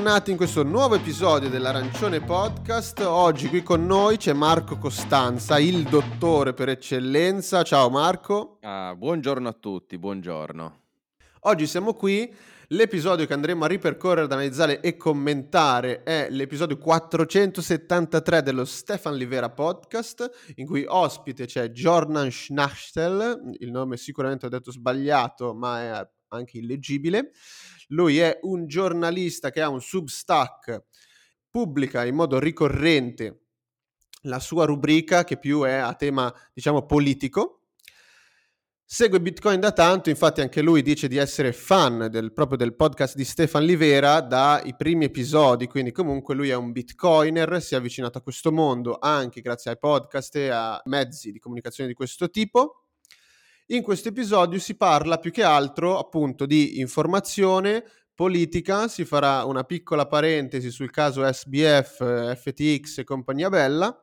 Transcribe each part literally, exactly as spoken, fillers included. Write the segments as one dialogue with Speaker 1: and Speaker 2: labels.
Speaker 1: bentornati in questo nuovo episodio dell'Arancione Podcast. Oggi qui con noi c'è Marco Costanza, il dottore per eccellenza. Ciao Marco.
Speaker 2: Ah, buongiorno a tutti, buongiorno.
Speaker 1: Oggi siamo qui, l'episodio che andremo a ripercorrere, ad analizzare e commentare è l'episodio quattrocentosettantatré dello Stefan Livera Podcast, in cui ospite c'è Jornan Schnachtel, il nome sicuramente ho detto sbagliato ma è anche illeggibile. Lui è un giornalista che ha un Substack, pubblica in modo ricorrente la sua rubrica che più è a tema, diciamo, politico. Segue Bitcoin da tanto, infatti anche lui dice di essere fan del, proprio del podcast di Stefan Livera dai primi episodi, quindi comunque lui è un bitcoiner, si è avvicinato a questo mondo anche grazie ai podcast e a mezzi di comunicazione di questo tipo. In questo episodio si parla più che altro appunto di informazione politica, si farà una piccola parentesi sul caso S B F, F T X e compagnia bella.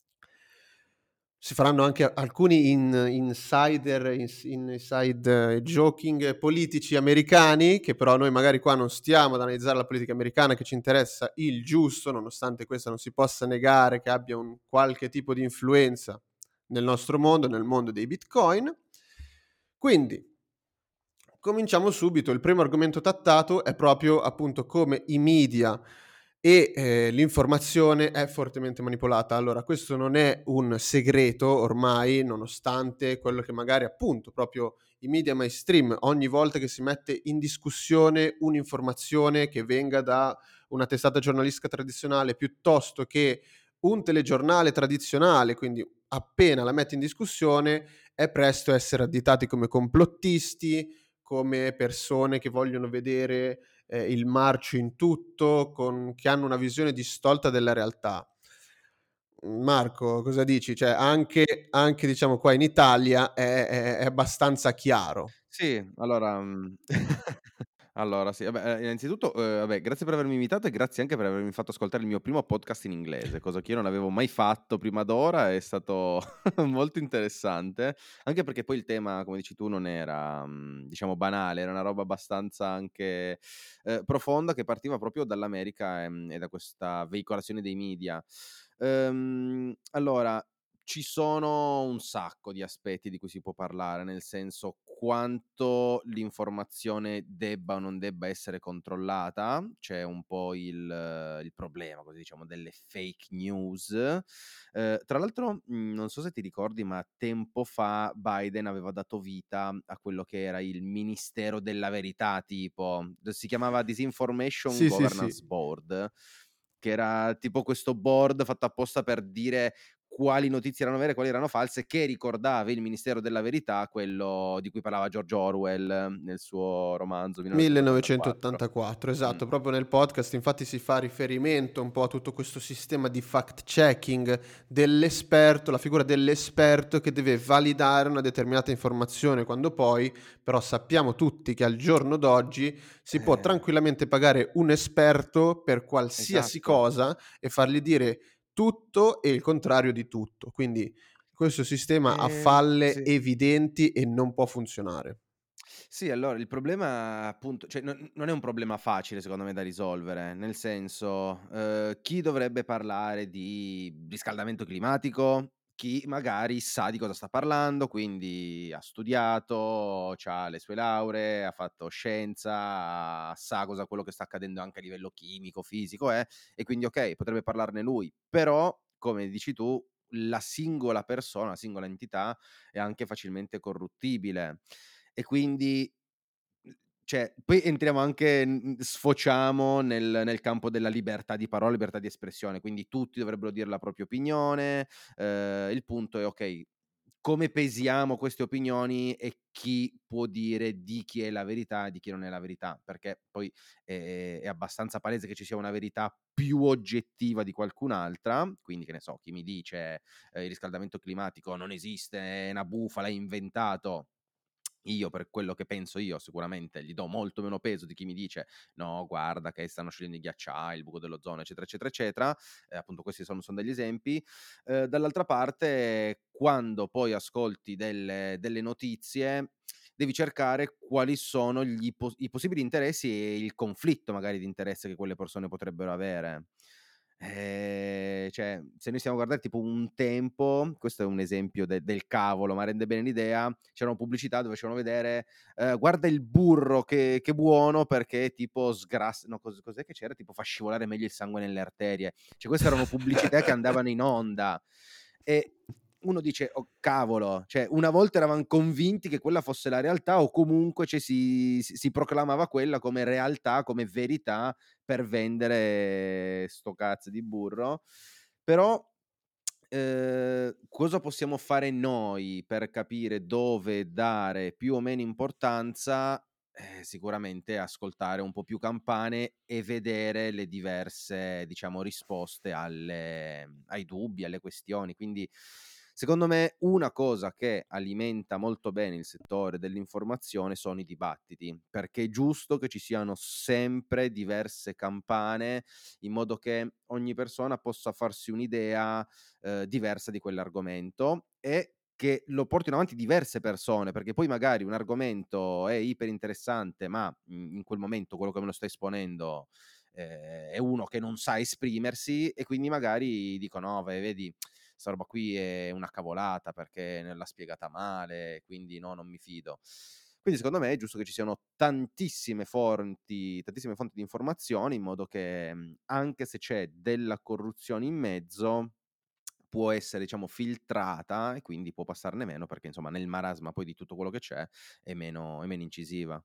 Speaker 1: Si faranno anche alcuni in, insider, ins, inside uh, joking politici americani, che però noi magari qua non stiamo ad analizzare la politica americana, che ci interessa il giusto, nonostante questa non si possa negare che abbia un qualche tipo di influenza nel nostro mondo, nel mondo dei bitcoin. Quindi, cominciamo subito. Il primo argomento trattato è proprio appunto come i media e eh, l'informazione è fortemente manipolata. Allora, questo non è un segreto ormai, nonostante quello che magari appunto proprio i media mainstream, ogni volta che si mette in discussione un'informazione che venga da una testata giornalistica tradizionale piuttosto che un telegiornale tradizionale, quindi appena la mette in discussione è presto a essere additati come complottisti, come persone che vogliono vedere eh, il marcio in tutto, con, che hanno una visione distolta della realtà. Marco, cosa dici? Cioè, anche, anche diciamo qua in Italia è, è, è abbastanza chiaro.
Speaker 2: Sì, allora, mhmm, allora sì, vabbè, ehm, innanzitutto, uhm, vabbè, grazie per avermi invitato e grazie anche per avermi fatto ascoltare il mio primo podcast in inglese, cosa che io non avevo mai fatto prima d'ora, è stato molto interessante, anche perché poi il tema, come dici tu, non era, mhmm, diciamo banale, era una roba abbastanza anche, ehm, profonda che partiva proprio dall'America, ehm, e da questa veicolazione dei media. Ehm, allora, ci sono un sacco di aspetti di cui si può parlare, nel senso quanto l'informazione debba o non debba essere controllata. C'è un po' il il problema, così diciamo, delle fake news. Ehm, tra l'altro, mhmm, non so se ti ricordi, ma tempo fa Biden aveva dato vita a quello che era il Ministero della Verità, tipo, d si chiamava Disinformation
Speaker 1: Sì, sì, sì.
Speaker 2: Governance Board, che era tipo questo board fatto apposta per dire quali notizie erano vere e quali erano false, che ricordava il Ministero della Verità, quello di cui parlava George Orwell nel suo romanzo millenovecentottantaquattro.
Speaker 1: millenovecentottantaquattro,
Speaker 2: Mh.
Speaker 1: esatto, proprio nel podcast infatti si fa riferimento un po' a tutto questo sistema di fact checking dell'esperto, la figura dell'esperto che deve validare una determinata informazione, quando poi però sappiamo tutti che al giorno d'oggi si può
Speaker 2: Eh,
Speaker 1: tranquillamente pagare un esperto per qualsiasi
Speaker 2: esatto.
Speaker 1: cosa e fargli dire tutto e il contrario di tutto, quindi questo sistema ha
Speaker 2: Ehm,
Speaker 1: falle
Speaker 2: sì.
Speaker 1: evidenti e non può funzionare.
Speaker 2: Sì, allora il problema appunto, cioè non non è un problema facile secondo me da risolvere, nel senso, uhm, chi dovrebbe parlare di riscaldamento climatico? Chi magari sa di cosa sta parlando, quindi ha studiato, c'ha le sue lauree, ha fatto scienza, sa cosa quello che sta accadendo anche a livello chimico, fisico è, e quindi okay, potrebbe parlarne lui. Però, come dici tu, la singola persona, la singola entità è anche facilmente corruttibile. E quindi, mhmm, cioè poi entriamo anche, mhmm, sfociamo nel nel campo della libertà di parola, libertà di espressione, quindi tutti dovrebbero dire la propria opinione. Ehm, il punto è: okay, come pesiamo queste opinioni e chi può dire di chi è la verità e di chi non è la verità? Perché poi è è abbastanza palese che ci sia una verità più oggettiva di qualcun'altra, quindi che ne so, chi mi dice, ehm: "Il riscaldamento climatico non esiste, è una bufala, hai inventato." Io, per quello che penso io, sicuramente gli do molto meno peso di chi mi dice: "No, guarda che stanno sciogliendo i ghiacciai, il buco dell'ozono", eccetera, eccetera, eccetera. Ehm, appunto questi sono son degli esempi. Ehm, dall'altra parte, quando poi ascolti delle delle notizie, devi cercare quali sono gli pos i possibili interessi e il conflitto magari di interesse che quelle persone potrebbero avere. Ehm, cioè, se noi stiamo a guardare tipo un tempo, questo è un esempio de del cavolo, ma rende bene l'idea, c'erano pubblicità dove facevano vedere, ehm: "Guarda il burro che che buono perché tipo sgrass" no, cos cos'è che c'era? Tipo fa scivolare meglio il sangue nelle arterie. Cioè queste erano pubblicità che andavano in onda e uno dice: "Oh cavolo", cioè una volta eravam convinti che quella fosse la realtà o comunque cioè si si si proclamava quella come realtà, come verità per vendere 'sto cazzo di burro. Però, ehm, cosa possiamo fare noi per capire dove dare più o meno importanza? Eh, sicuramente ascoltare un po' più campane e vedere le diverse, diciamo, risposte alle ai dubbi, alle questioni. Quindi, secondo me, una cosa che alimenta molto bene il settore dell'informazione sono i dibattiti, perché è giusto che ci siano sempre diverse campane, in modo che ogni persona possa farsi un'idea, ehm, diversa di quell'argomento e che lo portino avanti diverse persone, perché poi magari un argomento è iper interessante, ma, mhmm, in quel momento quello che me lo sta esponendo, ehm, è uno che non sa esprimersi e quindi magari dico: "No, ve vedi, 'sta roba qui è una cavolata perché ne l'ha spiegata male, quindi no, non mi fido." Quindi secondo me è giusto che ci siano tantissime fonti tantissime fonti di informazioni in modo che, mhmm, anche se c'è della corruzione in mezzo, può essere diciamo filtrata e quindi può passarne meno perché insomma nel marasma poi di tutto quello che c'è è meno è meno incisiva.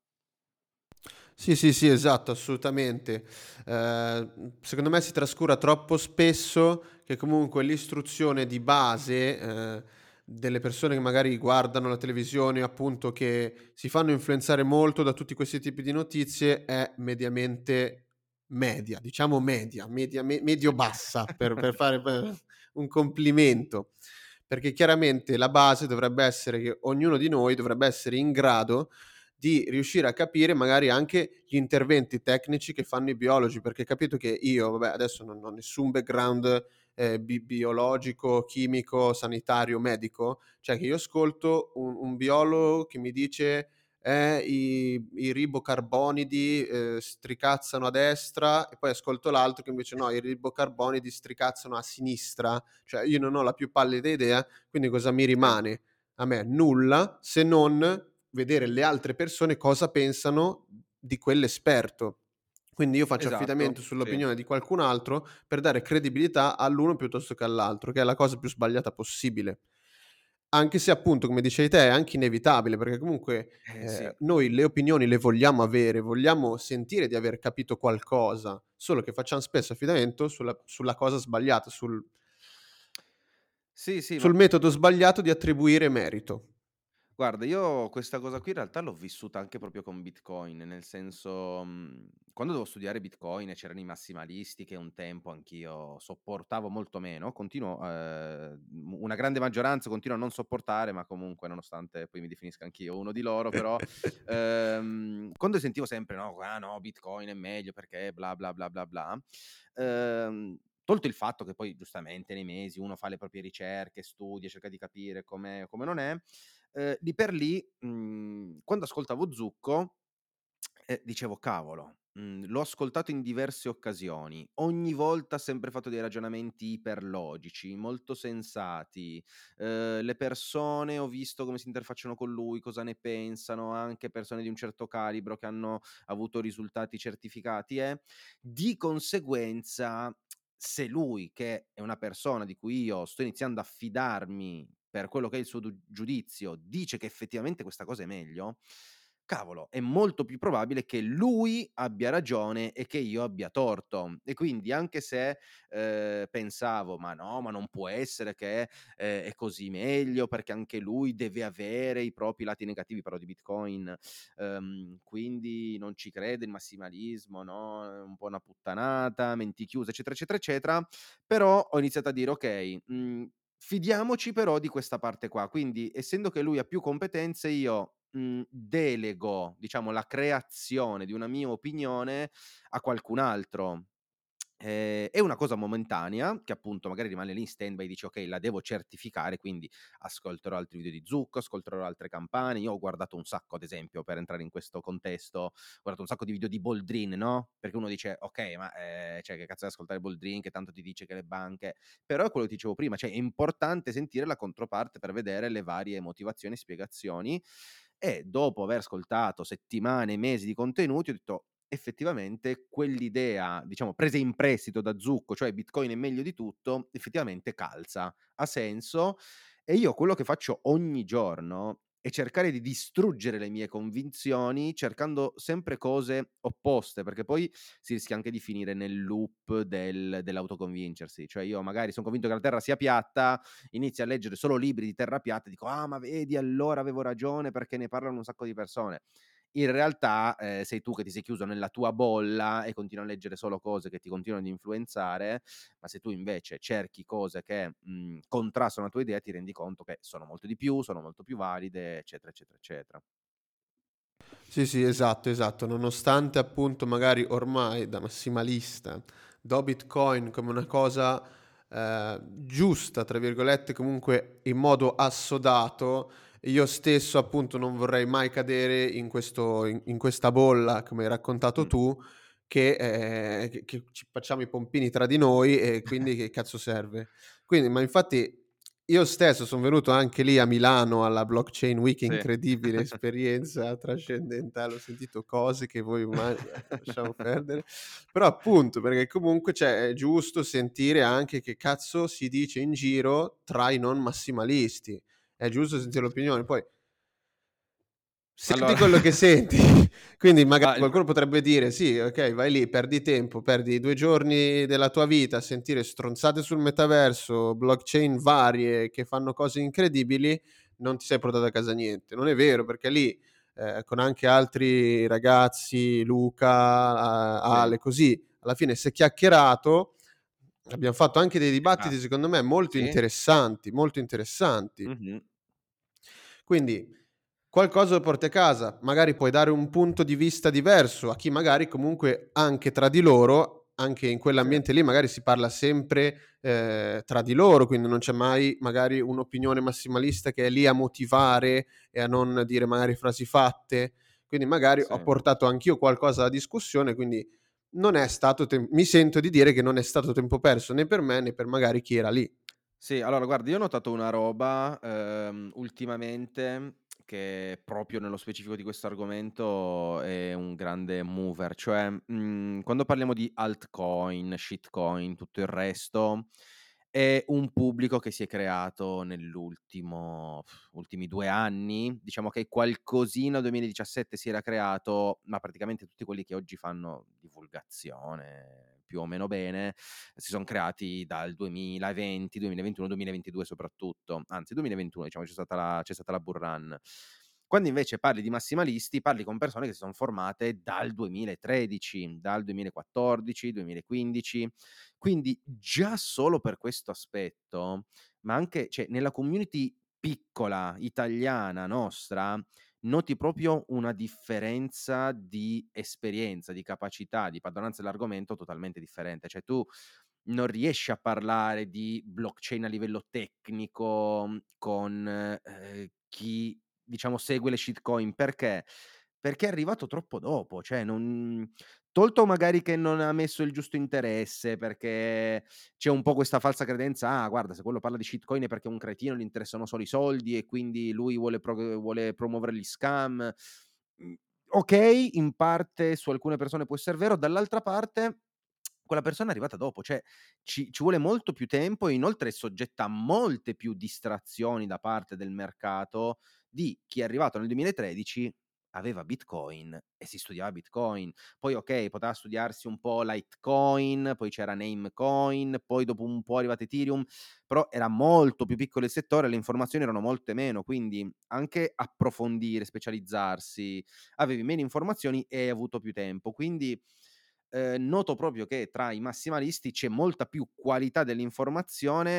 Speaker 1: Sì, sì, sì, esatto, assolutamente. Ehm, secondo me si trascura troppo spesso che comunque l'istruzione di base, ehm, delle persone che magari guardano la televisione, appunto, che si fanno influenzare molto da tutti questi tipi di notizie, è mediamente media, diciamo media, media me
Speaker 2: Sì.
Speaker 1: medio-bassa per per fare pe un complimento. Perché chiaramente la base dovrebbe essere che ognuno di noi dovrebbe essere in grado di riuscire a capire magari anche gli interventi tecnici che fanno i biologi, perché capito che io, vabbè, adesso non ho nessun background, ehm, bi biologico, chimico, sanitario, medico, cioè che io ascolto un un biologo che mi dice: "Eh, i i ribocarbonidi, ehm, stricazzano a destra", e poi ascolto l'altro che invece: "No, i ribocarbonidi stricazzano a sinistra". Cioè io non ho la più pallida idea, quindi cosa mi
Speaker 2: Sì,
Speaker 1: rimane? A me nulla, se non vedere le altre persone cosa pensano di quell'esperto. Quindi io faccio
Speaker 2: esatto,
Speaker 1: affidamento
Speaker 2: sì.
Speaker 1: sull'opinione di qualcun altro per dare credibilità all'uno piuttosto che all'altro, che è la cosa più sbagliata possibile. Anche se appunto, come dicevi te, è anche inevitabile, perché comunque,
Speaker 2: Eh sì.
Speaker 1: ehm, noi le opinioni le vogliamo avere, vogliamo sentire di aver capito qualcosa, solo che facciam spesso affidamento sulla sulla cosa sbagliata, sul
Speaker 2: Sì, sì,
Speaker 1: sul
Speaker 2: ma
Speaker 1: metodo sbagliato di attribuire merito.
Speaker 2: guarda, io questa cosa qui in realtà l'ho vissuta anche proprio con Bitcoin, nel senso, mhmm, quando dovevo studiare Bitcoin e c'erano i massimalisti che un tempo anch'io sopportavo molto meno, continuo ehm, u una grande maggioranza continuo a non sopportare, ma comunque nonostante poi mi definisca anch'io uno di loro, però, ehm, quando sentivo sempre: "No, ah no, Bitcoin è meglio perché bla, bla, bla, bla, bla", ehm, tolto il fatto che poi giustamente nei mesi uno fa le proprie ricerche, studia, cerca di capire com'è o come non è. Ehm, lì per lì, mhmm, quando ascoltavo Zucco, ehm, dicevo: "Cavolo, mhmm, l'ho ascoltato in diverse occasioni, ogni volta ha sempre fatto dei ragionamenti iperlogici, molto sensati, ehm, le persone ho visto come si interfacciano con lui, cosa ne pensano, anche persone di un certo calibro che hanno avuto risultati certificati e di conseguenza, se lui, che è una persona di cui io sto iniziando a fidarmi per quello che è il suo du giudizio, dice che effettivamente questa cosa è meglio, cavolo, è molto più probabile che lui abbia ragione e che io abbia torto. E quindi anche se, ehm, pensavo: "Ma no, ma non può essere che, ehm, è così meglio, perché anche lui deve avere i propri lati negativi", parlo di Bitcoin, ehm, quindi non ci crede, il massimalismo, no, è un po' una puttanata, menti chiuse, eccetera, eccetera, eccetera. Però ho iniziato a dire: "Okay, mhmm, fidiamoci però di questa parte qua". Quindi, essendo che lui ha più competenze, io, mhmm, delego, diciamo, la creazione di una mia opinione a qualcun altro. Ehm, è una cosa momentanea che appunto magari rimane lì in stand by, dici: "Okay, la devo certificare, quindi ascolterò altri video di Zucco, ascolterò altre campane." Io ho guardato un sacco, ad esempio, per entrare in questo contesto, ho guardato un sacco di video di Boldrin, no, perché uno dice: "Okay, ma, ehm, cioè che cazzo è ascoltare Boldrin che tanto ti dice che le banche", però è quello che dicevo prima, cioè è importante sentire la controparte per vedere le varie motivazioni e spiegazioni, e dopo aver ascoltato settimane e mesi di contenuti ho detto: effettivamente quell'idea, diciamo, presa in prestito da Zucco, cioè Bitcoin è meglio di tutto, effettivamente calza, ha senso, e io quello che faccio ogni giorno è cercare di distruggere le mie convinzioni cercando sempre cose opposte, perché poi si rischia anche di finire nel loop del dell'autoconvincersi. Cioè io magari son convinto che la terra sia piatta, inizio a leggere solo libri di terra piatta e dico: "Ah, ma vedi allora avevo ragione perché ne parlano un sacco di persone." In realtà, ehm, sei tu che ti sei chiuso nella tua bolla e continui a leggere solo cose che ti continuano ad influenzare, ma se tu invece cerchi cose che, mhmm, contrastano la tua idea, ti rendi conto che sono molto di più, sono molto più valide, eccetera, eccetera, eccetera.
Speaker 1: Sì, sì, esatto, esatto. Nonostante appunto magari ormai da massimalista do Bitcoin come una cosa eh, giusta, tra virgolette, comunque in modo assodato, io stesso appunto non vorrei mai cadere in questo, in, in questa bolla, come hai raccontato
Speaker 2: Mh.
Speaker 1: tu, che, eh, che, che ci facciamo i pompini tra di noi e quindi che cazzo serve? Quindi, ma infatti io stesso son venuto anche lì a Milano alla Blockchain Week,
Speaker 2: Sì.
Speaker 1: incredibile esperienza trascendentale, ho sentito cose che voi umani beh, lasciamo perdere. Però appunto, perché comunque, cioè, è giusto sentire anche che cazzo si dice in giro tra i non massimalisti. È giusto sentire l'opinione. Poi senti
Speaker 2: Allora
Speaker 1: quello che senti. Quindi magari
Speaker 2: ah, il pro
Speaker 1: qualcuno potrebbe dire: "Sì, okay, vai lì, perdi tempo, perdi due giorni della tua vita a sentire stronzate sul metaverso, blockchain varie che fanno cose incredibili, non ti sei portato a casa niente." Non è vero, perché lì, ehm, con anche altri ragazzi, Luca, A
Speaker 2: sì,
Speaker 1: Ale, così, alla fine si è chiacchierato, abbiam fatto anche dei dibattiti
Speaker 2: esatto.
Speaker 1: secondo me molto
Speaker 2: Sì,
Speaker 1: interessanti, molto interessanti.
Speaker 2: mh-mh,
Speaker 1: Quindi qualcosa lo porti a casa, magari puoi dare un punto di vista diverso a chi magari comunque anche tra di loro, anche in
Speaker 2: sì,
Speaker 1: quell'ambiente lì magari si parla sempre, ehm, tra di loro, quindi non c'è mai magari un'opinione massimalista che è lì a motivare e a non dire magari frasi fatte. Quindi magari
Speaker 2: sì.
Speaker 1: ho portato anch'io qualcosa alla discussione, quindi non è stato tem mi sento di dire che non è stato tempo perso né per me né per magari chi era lì.
Speaker 2: Sì, allora guarda, io ho notato una roba, ehm, ultimamente che proprio nello specifico di questo argomento è un grande mover, cioè, mhmm, quando parliamo di altcoin, shitcoin, tutto il resto, è un pubblico che si è creato nell'ultimo ultimi due anni. Diciamo che qualcosina duemiladiciassette si era creato, ma praticamente tutti quelli che oggi fanno divulgazione più o meno bene, si son creati dal duemilaventi, duemilaventuno, duemilaventidue soprattutto, anzi duemilaventuno diciamo c'è stata la c'è stata la bull run. Quando invece parli di massimalisti, parli con persone che si son formate dal duemilatredici, dal duemilaquattordici, duemilaquindici, quindi già solo per questo aspetto, ma anche cioè nella community piccola italiana nostra, noti proprio una differenza di esperienza, di capacità, di padronanza dell'argomento totalmente differente. Cioè tu non riesci a parlare di blockchain a livello tecnico, mhmm, con, ehm, chi diciamo segue le shitcoin. Perché? Perché è arrivato troppo dopo, cioè non tolto magari che non ha messo il giusto interesse, perché c'è un po' questa falsa credenza: "Ah guarda, se quello parla di shitcoin è perché è un cretino, gli interessano solo i soldi e quindi lui vuole prog vuole promuovere gli scam." Mhmm, okay, in parte su alcune persone può esser vero, dall'altra parte quella persona è arrivata dopo, cioè ci ci vuole molto più tempo e inoltre è soggetta a molte più distrazioni da parte del mercato di chi è arrivato nel duemilatredici, aveva Bitcoin e si studiava Bitcoin. Poi okay, poteva studiarsi un po' Litecoin, poi c'era Namecoin, poi dopo un po' è arrivato Ethereum, però era molto più piccolo il settore, le informazioni erano molte meno, quindi anche approfondire, specializzarsi, avevi meno informazioni e hai avuto più tempo. Quindi, ehm, noto proprio che tra i massimalisti c'è molta più qualità dell'informazione,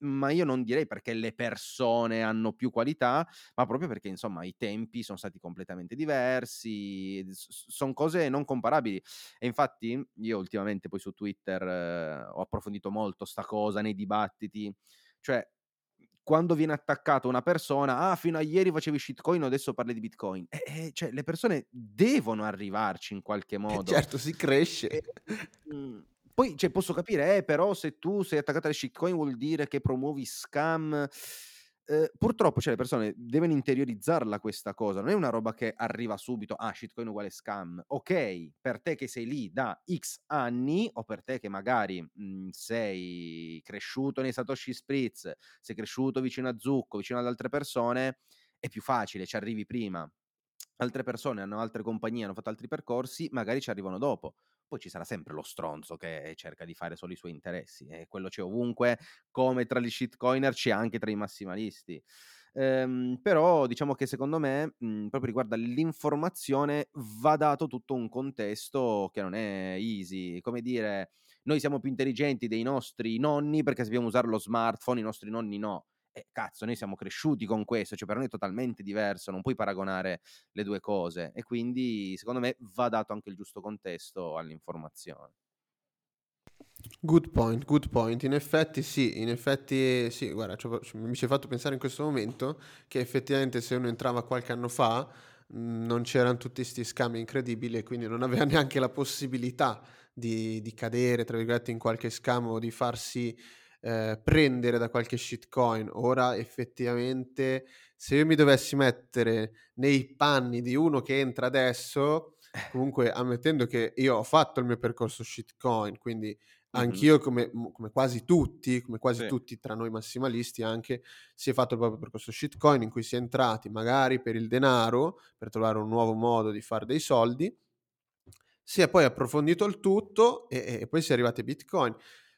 Speaker 2: ma io non direi perché le persone hanno più qualità, ma proprio perché insomma i tempi sono stati completamente diversi, sono cose non comparabili. E infatti io ultimamente poi su Twitter eh, ho approfondito molto sta cosa nei dibattiti, cioè quando viene attaccata una persona, ah, fino a ieri facevi shitcoin, adesso parli di Bitcoin. Eh, eh, cioè, le persone devono arrivarci in qualche modo.
Speaker 1: Certo, si cresce.
Speaker 2: E, mhmm, poi, cioè, posso capire, eh, però se tu sei attaccata alle shitcoin vuol dire che promuovi scam. Ehm, purtroppo, cioè, le persone devono interiorizzarla questa cosa, non è una roba che arriva subito: "Ah, shitcoin uguale scam". Okay, per te che sei lì da X anni o per te che magari, mhmm, sei cresciuto nei Satoshi Spritz, sei cresciuto vicino a Zucco, vicino ad altre persone, è più facile, ci arrivi prima. Altre persone hanno altre compagnie, hanno fatto altri percorsi, magari ci arrivano dopo. Poi ci sarà sempre lo stronzo che cerca di fare solo i suoi interessi, e quello c'è ovunque, come tra gli shitcoiner c'è anche tra i massimalisti. Ehm, però diciamo che secondo me, mhmm, proprio riguardo all'informazione, va dato tutto un contesto che non è easy. Come dire, noi siamo più intelligenti dei nostri nonni perché sappiamo usare lo smartphone, i nostri nonni no. Eh, cazzo, noi siamo cresciuti con questo, cioè per noi è totalmente diverso, non puoi paragonare le due cose, e quindi secondo me va dato anche il giusto contesto all'informazione.
Speaker 1: Good point, good point. In effetti sì, in effetti sì, guarda, c'ho- c- mi ci hai fatto pensare in questo momento che effettivamente se uno entrava qualche anno fa mh, non c'erano tutti questi scambi incredibili e quindi non aveva neanche la possibilità di, di cadere, tra virgolette, in qualche scam o di farsi eh, prendere da qualche shitcoin. Ora effettivamente se io mi dovessi mettere nei panni di uno che entra adesso, comunque ammettendo che io ho fatto il mio percorso shitcoin, quindi
Speaker 2: Mh-mh.
Speaker 1: anch'io come m come quasi tutti, come quasi
Speaker 2: Sì.
Speaker 1: tutti tra noi massimalisti anche, si è fatto il proprio percorso shitcoin in cui si è entrati magari per il denaro, per trovare un nuovo modo di far dei soldi, si è poi approfondito il tutto e e poi si è arrivati a Bitcoin.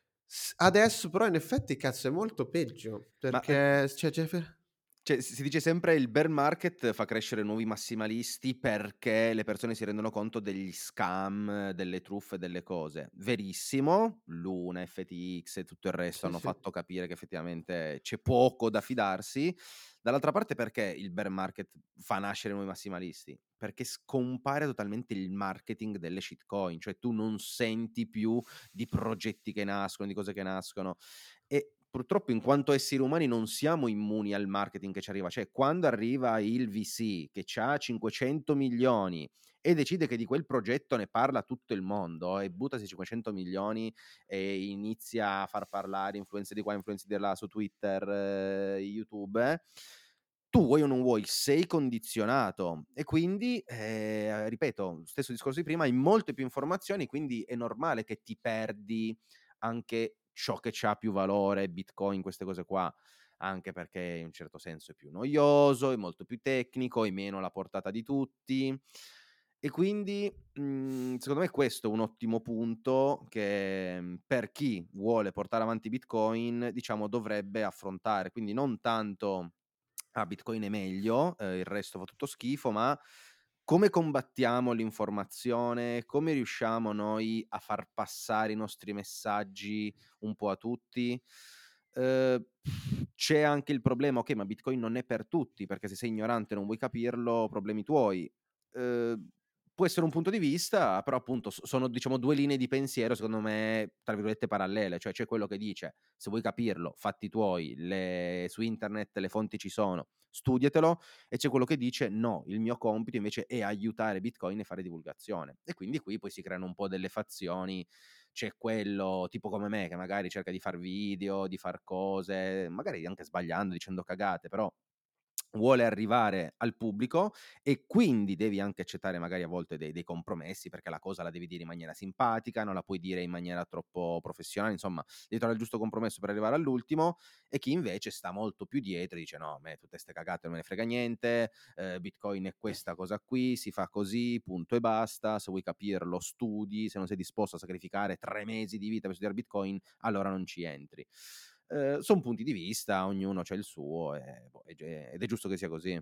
Speaker 1: S adesso però in effetti cazzo è molto peggio,
Speaker 2: Ma, ehm
Speaker 1: perché s cioè c'è fe
Speaker 2: Cioè, si si dice sempre il bear market fa crescere nuovi massimalisti perché le persone si rendono conto degli scam, delle truffe, delle cose. Verissimo, Luna, F T X e tutto il resto
Speaker 1: sì,
Speaker 2: hanno
Speaker 1: sì.
Speaker 2: fatto capire che effettivamente c'è poco da fidarsi. Dall'altra parte perché il bear market fa nascere nuovi massimalisti? Perché scompare totalmente il marketing delle shitcoin, cioè tu non senti più di progetti che nascono, di cose che nascono. E purtroppo in quanto esseri umani non siamo immuni al marketing che ci arriva, cioè quando arriva il V C che c'ha cinquecento milioni e decide che di quel progetto ne parla tutto il mondo e buttasi cinquecento milioni e inizia a far parlare influencer di qua, influencer di là su Twitter, eh, YouTube, eh, tu vuoi o non vuoi, sei condizionato e quindi, eh, ripeto, stesso discorso di prima, hai molte più informazioni, quindi è normale che ti perdi anche ciò che c'ha più valore, Bitcoin, queste cose qua, anche perché in un certo senso è più noioso, è molto più tecnico, è meno alla portata di tutti. E quindi, mhmm, secondo me questo è un ottimo punto che, mhmm, per chi vuole portare avanti Bitcoin, diciamo, dovrebbe affrontare. Quindi non tanto: "Ah, Bitcoin è meglio, ehm, il resto fa tutto schifo", ma come combattiamo l'informazione, come riusciamo noi a far passare i nostri messaggi un po' a tutti. Uhm, c'è anche il problema: okay, ma Bitcoin non è per tutti, perché se sei ignorante e non vuoi capirlo, problemi tuoi. Uhm, Può essere un punto di vista, però appunto s sono diciamo due linee di pensiero secondo me, tra virgolette "parallele", cioè c'è quello che dice: "Se vuoi capirlo, fatti tuoi, le su internet le fonti ci sono, studiatelo", e c'è quello che dice: "No, il mio compito invece è aiutare Bitcoin e fare divulgazione". E quindi qui poi si creano un po' delle fazioni, c'è quello tipo come me che magari cerca di far video, di far cose, magari anche sbagliando, dicendo cagate, però vuole arrivare al pubblico e quindi devi anche accettare magari a volte dei dei compromessi, perché la cosa la devi dire in maniera simpatica, non la puoi dire in maniera troppo professionale, insomma devi trovare il giusto compromesso per arrivare all'ultimo. E chi invece sta molto più dietro dice: "No, a me tutte 'ste cagate non me ne frega niente, ehm, Bitcoin è questa cosa qui, si fa così, punto e basta, se vuoi capirlo studi, se non sei disposto a sacrificare tre mesi di vita per studiare Bitcoin, allora non ci entri". Ehm, son punti di vista, ognuno c'ha il suo e boh, è ge ed è giusto che sia così.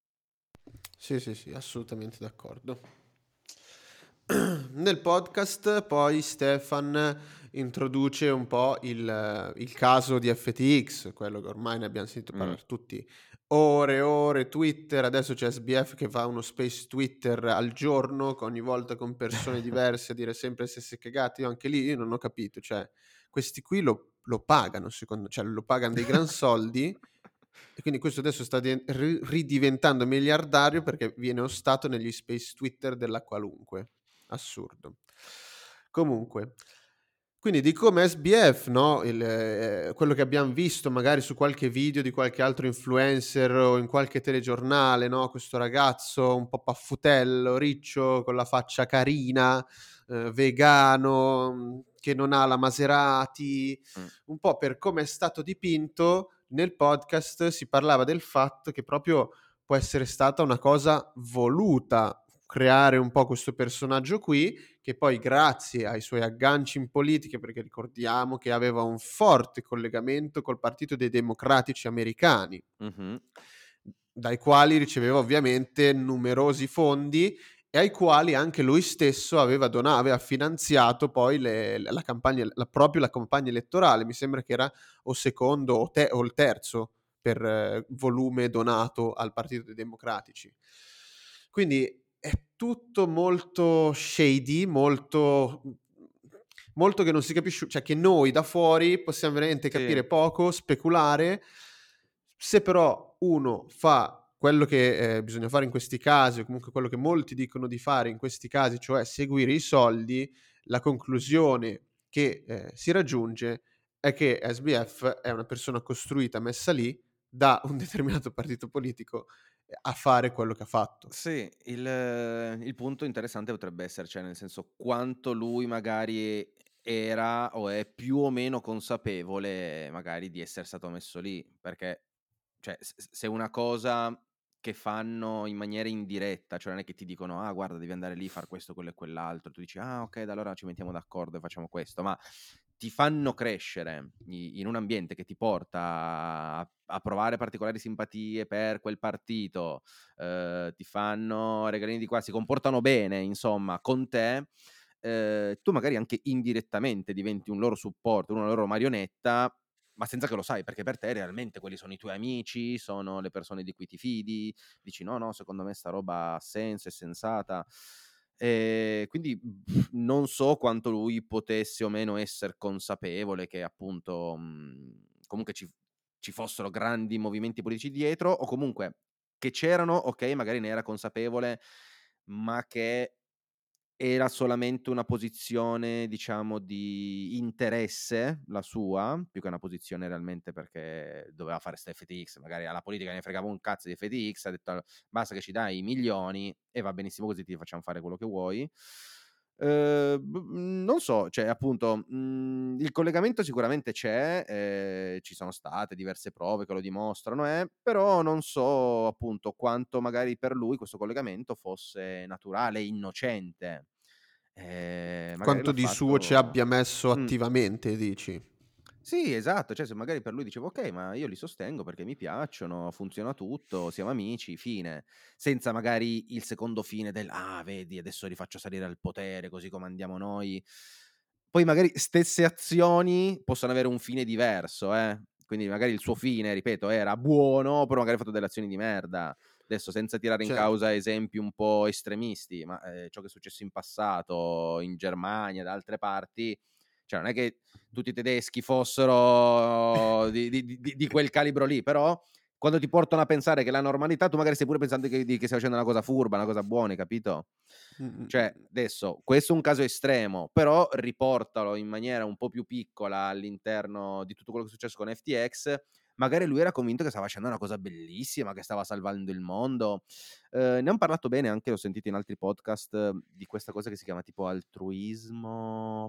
Speaker 1: Sì, sì, sì, assolutamente d'accordo. Nel podcast poi Stefan introduce un po' il, il caso di F T X, quello che ormai ne abbiamo sentito
Speaker 2: Mm.
Speaker 1: parlare tutti ore e ore, Twitter, adesso c'è S B F che fa uno space Twitter al giorno, ogni volta con persone diverse a dire sempre le stesse cagate. Io anche lì io non ho capito, cioè questi qui lo, lo pagano, secondo, cioè lo pagano dei gran soldi e quindi questo adesso sta di- ri- ridiventando miliardario perché viene ostato negli space Twitter della qualunque. Assurdo. Comunque, quindi di come S B F, no? Il, eh, quello che abbiamo visto magari su qualche video di qualche altro influencer o in qualche telegiornale, no? Questo ragazzo un po' paffutello, riccio, con la faccia carina, eh, vegano, mh, che non ha la Maserati,
Speaker 2: Mm.
Speaker 1: un po' per come è stato dipinto nel podcast si parlava del fatto che proprio può essere stata una cosa voluta creare un po' questo personaggio qui, che poi grazie ai suoi agganci in politica, perché ricordiamo che aveva un forte collegamento col Partito dei Democratici americani,
Speaker 2: Mhm.
Speaker 1: dai quali riceveva ovviamente numerosi fondi e ai quali anche lui stesso aveva donato, aveva finanziato poi le, la campagna, la, proprio la campagna elettorale. Mi sembra che era o secondo o, te, o il terzo per eh, volume donato al Partito dei Democratici. Quindi è tutto molto shady, molto, molto che non si capisce, cioè che noi da fuori possiamo veramente
Speaker 2: Sì.
Speaker 1: capire poco, speculare. Se però uno fa quello che eh, bisogna fare in questi casi, o comunque quello che molti dicono di fare in questi casi, cioè seguire i soldi, la conclusione che eh, si raggiunge è che S B F è una persona costruita, messa lì da un determinato partito politico eh, a fare quello che ha fatto.
Speaker 2: Sì, il il punto interessante potrebbe essere, cioè nel senso, quanto lui magari era o è più o meno consapevole magari di essere stato messo lì, perché cioè s s se una cosa che fanno in maniera indiretta, cioè non è che ti dicono: "Ah guarda devi andare lì, far questo, quello e quell'altro", tu dici: "Ah okay, da allora ci mettiamo d'accordo e facciamo questo", ma ti fanno crescere i in un ambiente che ti porta a a provare particolari simpatie per quel partito, ehm, ti fanno regalini di qua, si comportano bene insomma con te, ehm, tu magari anche indirettamente diventi un loro supporto, una loro marionetta, ma senza che lo sai, perché per te realmente quelli sono i tuoi amici, sono le persone di cui ti fidi, dici: "No, no, secondo me sta roba ha senso, è sensata". Ehm, quindi, pff, non so quanto lui potesse o meno esser consapevole che appunto, mhmm, comunque ci f ci fossero grandi movimenti politici dietro o comunque che c'erano, okay, magari ne era consapevole, ma che era solamente una posizione, diciamo, di interesse la sua, più che una posizione realmente perché doveva fare 'sta F T X, magari alla politica ne fregava un cazzo di F T X, ha detto: "Basta che ci dai i milioni e va benissimo così, ti facciam fare quello che vuoi". Uhm, b mhmm, non so, cioè appunto, mhmm, il collegamento sicuramente c'è, ehm, ci sono state diverse prove che lo dimostrano, eh, però non so appunto quanto magari per lui questo collegamento fosse naturale e innocente. Ehm, magari
Speaker 1: Quanto
Speaker 2: l'ha
Speaker 1: di suo ci
Speaker 2: fatto
Speaker 1: abbia messo
Speaker 2: mh.
Speaker 1: attivamente, dici?
Speaker 2: Sì, esatto, cioè se magari per lui dicevo: "Okay, ma io li sostengo perché mi piacciono, funziona tutto, siamo amici, fine." Senza magari il secondo fine del: "Ah, vedi adesso li faccio salire al potere così comandiamo noi." Poi magari stesse azioni possono avere un fine diverso, eh. Quindi magari il suo fine, ripeto, era buono, però magari ha fatto delle azioni di merda. Adesso senza tirare in
Speaker 1: Certo.
Speaker 2: causa esempi un po' estremisti, ma, ehm, ciò che è successo in passato in Germania, da altre parti, cioè non è che tutti i tedeschi fossero di di di di quel calibro lì, però quando ti portano a pensare che la normalità, tu magari stai pure pensando che di che stai facendo una cosa furba, una cosa buona, hai capito?
Speaker 1: Mh, mh,
Speaker 2: Cioè,
Speaker 1: mh.
Speaker 2: adesso questo è un caso estremo, però riportalo in maniera un po' più piccola all'interno di tutto quello che è successo con F T X, magari lui era convinto che stava facendo una cosa bellissima, che stava salvando il mondo. Ehm, ne han parlato bene anche, l'ho sentito in altri podcast, eh, di questa cosa che si chiama tipo altruismo.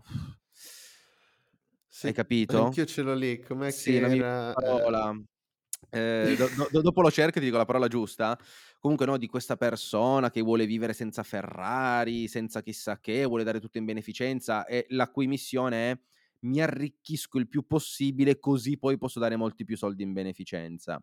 Speaker 2: Hai
Speaker 1: Sì,
Speaker 2: capito?
Speaker 1: anch'io ce l'ho lì. Com'è
Speaker 2: Sì,
Speaker 1: che
Speaker 2: non mi viene
Speaker 1: era?
Speaker 2: la parola. Ehm, do do dopo lo cerco e ti dico la parola giusta. Comunque no, di questa persona che vuole vivere senza Ferrari, senza chissà che, vuole dare tutto in beneficenza e la cui missione è: "Mi arricchisco il più possibile, così poi posso dare molti più soldi in beneficenza".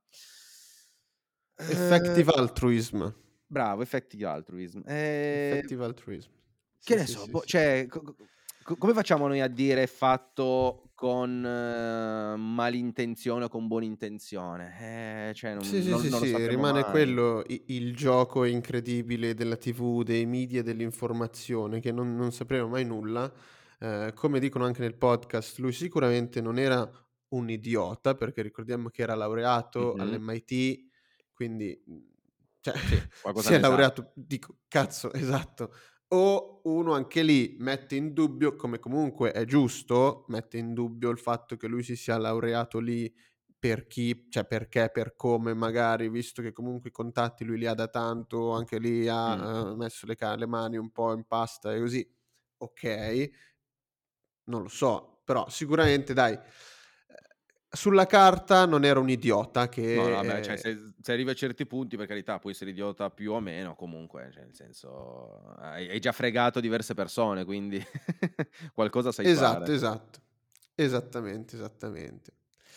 Speaker 2: Ehm,
Speaker 1: Effective altruism.
Speaker 2: bravo, effective altruism. Ehm
Speaker 1: Effective altruism.
Speaker 2: che
Speaker 1: Sì,
Speaker 2: ne
Speaker 1: sì,
Speaker 2: so,
Speaker 1: sì,
Speaker 2: boh,
Speaker 1: sì.
Speaker 2: cioè co co Co come facciamo noi a dire fatto con eh, malintenzione o con buona intenzione? Eh, cioè
Speaker 1: Sì,
Speaker 2: non
Speaker 1: sì,
Speaker 2: non
Speaker 1: sì,
Speaker 2: non lo
Speaker 1: sì,
Speaker 2: sapremo
Speaker 1: rimane
Speaker 2: mai.
Speaker 1: quello i il gioco incredibile della T V, dei media e dell'informazione, che non non sapremo mai nulla. Ehm, come dicono anche nel podcast, lui sicuramente non era un idiota, perché ricordiamo che era laureato
Speaker 2: Mh-mh.
Speaker 1: all'M I T, quindi, mhmm, cioè
Speaker 2: Sì, qualcosa
Speaker 1: si è
Speaker 2: ne sa.
Speaker 1: laureato dico cazzo, esatto. O uno anche lì mette in dubbio, come comunque è giusto, mette in dubbio il fatto che lui si sia laureato lì per chi, cioè perché, per come magari, visto che comunque i contatti lui li ha da tanto, anche lì
Speaker 2: Mh.
Speaker 1: ha, uhm, messo le ca le mani un po' in pasta e così, okay, non lo so, però sicuramente dai, ehm, sulla carta non era un idiota
Speaker 2: No, no,
Speaker 1: che,
Speaker 2: vabbè, cioè
Speaker 1: ehm
Speaker 2: se se arrivi a certi punti, per carità, puoi essere idiota più o meno, comunque, cioè nel senso hai hai già fregato diverse persone, quindi qualcosa sai
Speaker 1: esatto,
Speaker 2: fare.
Speaker 1: esatto. Esattamente, esattamente.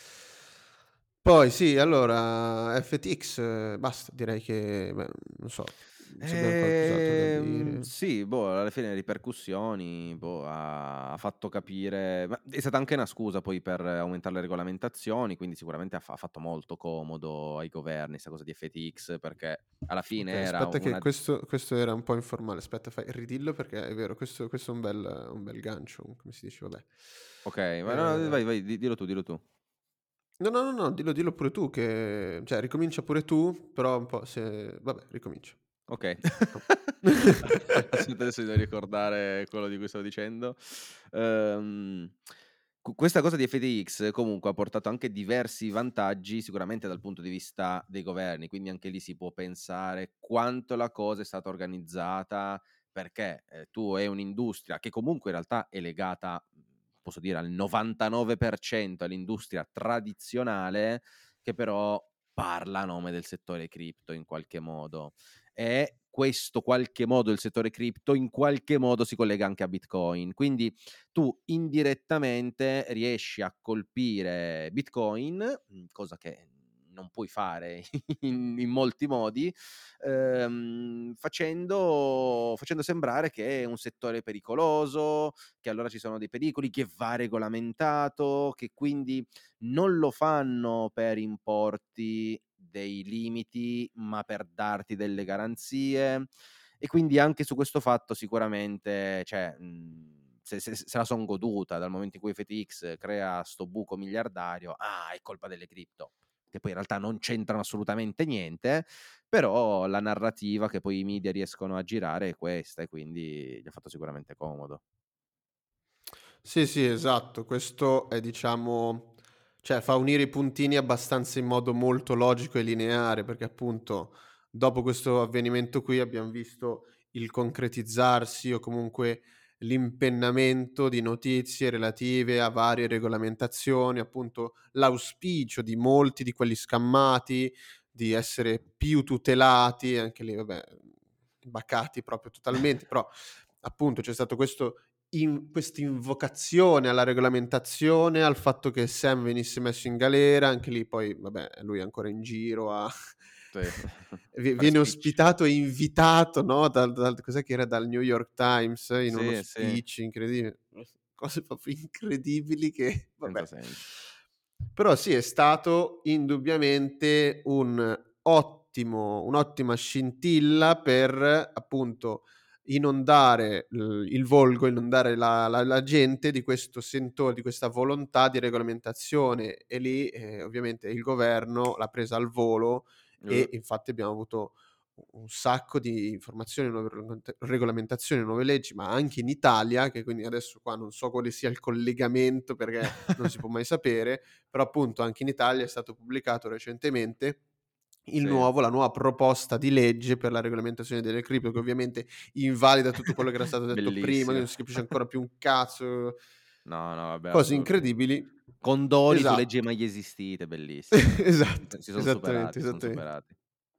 Speaker 1: Poi sì, allora F T X eh, basta, direi che beh, non so se abbiam qualcos'altro da
Speaker 2: Ehm,
Speaker 1: dire.
Speaker 2: sì, boh, alla fine ripercussioni, boh, ha ha fatto capire ma è stata anche una scusa poi per aumentare le regolamentazioni, quindi sicuramente ha fa ha fatto molto comodo ai governi 'sta cosa di F T X, perché alla fine
Speaker 1: Okay,
Speaker 2: era
Speaker 1: aspetta che
Speaker 2: una
Speaker 1: questo questo era un po' informale. Aspetta, fai ridillo perché è vero, questo questo è un bel un bel gancio, come si dice, vabbè.
Speaker 2: okay, ma no, no,
Speaker 1: Ehm,
Speaker 2: vai, vai, di dillo tu, dillo tu.
Speaker 1: no, no, no, no, dillo dillo pure tu che cioè ricomincia pure tu, però un po' se vabbè, ricomincia.
Speaker 2: Okay.
Speaker 1: Oh.
Speaker 2: Aspetta adesso devo ricordare quello di cui stavo dicendo. Ehm, q questa cosa di F T X comunque ha portato anche diversi vantaggi, sicuramente dal punto di vista dei governi, quindi anche lì si può pensare quanto la cosa è stata organizzata, perché, ehm, tu hai un'industria che comunque in realtà è legata, mhmm, posso dire al novantanove per cento all'industria tradizionale, che però parla a nome del settore cripto in qualche modo. E questo qualche modo il settore cripto in qualche modo si collega anche a Bitcoin. Quindi tu indirettamente riesci a colpire Bitcoin, mhmm, cosa che non puoi fare in in molti modi, ehm, facendo facendo sembrare che è un settore pericoloso, che allora ci sono dei pericoli, che va regolamentato, che quindi non lo fanno per importi dei limiti, ma per darti delle garanzie. E quindi anche su questo fatto sicuramente, cioè, mhmm, se se se la son goduta dal momento in cui F T X crea 'sto buco miliardario: "Ah, è colpa delle cripto", che poi in realtà non c'entrano assolutamente niente, però la narrativa che poi i media riescono a girare è questa e quindi gli ha fatto sicuramente comodo.
Speaker 1: Sì, sì, esatto. Questo è diciamo cioè fa unire i puntini abbastanza in modo molto logico e lineare, perché appunto dopo questo avvenimento qui abbiam visto il concretizzarsi o comunque l'impennamento di notizie relative a varie regolamentazioni, appunto l'auspicio di molti di quelli scammati di essere più tutelati, anche lì vabbè, bacati proprio totalmente, però appunto c'è stato questo in quest'invocazione alla regolamentazione, al fatto che Sam venisse messo in galera, anche lì poi vabbè lui è ancora in giro a
Speaker 2: Sì,
Speaker 1: vie
Speaker 2: fare
Speaker 1: viene
Speaker 2: speech.
Speaker 1: ospitato e invitato, no, dal dal cos'è che era, dal New York Times in uno
Speaker 2: Sì, sì,
Speaker 1: speech incredibile, cose proprio incredibili che
Speaker 2: senza
Speaker 1: vabbè.
Speaker 2: senso.
Speaker 1: Però sì, è stato indubbiamente un ottimo un'ottima scintilla per, appunto, inondare l il volgo, inondare la la la gente di questo sentore, di questa volontà di regolamentazione e lì, ehm, ovviamente il governo l'ha presa al volo
Speaker 2: Uh.
Speaker 1: e infatti abbiamo avuto u un sacco di informazioni, nuove regolamenta regolamentazioni, nuove leggi, ma anche in Italia, che quindi adesso qua non so quale sia il collegamento perché non si può mai sapere, però appunto anche in Italia è stato pubblicato recentemente il
Speaker 2: Sì.
Speaker 1: nuovo la nuova proposta di legge per la regolamentazione delle cripto, che ovviamente invalida tutto quello che era stato detto prima, che
Speaker 2: Bellissimo.
Speaker 1: non si capisce ancora più un cazzo,
Speaker 2: No, no, vabbè,
Speaker 1: cose
Speaker 2: assurdo.
Speaker 1: incredibili.
Speaker 2: Condoni su leggi
Speaker 1: Esatto,
Speaker 2: mai esistite, bellissimo. Si
Speaker 1: esatto,
Speaker 2: so si son
Speaker 1: esattamente,
Speaker 2: superati, si son
Speaker 1: esattamente.
Speaker 2: superati.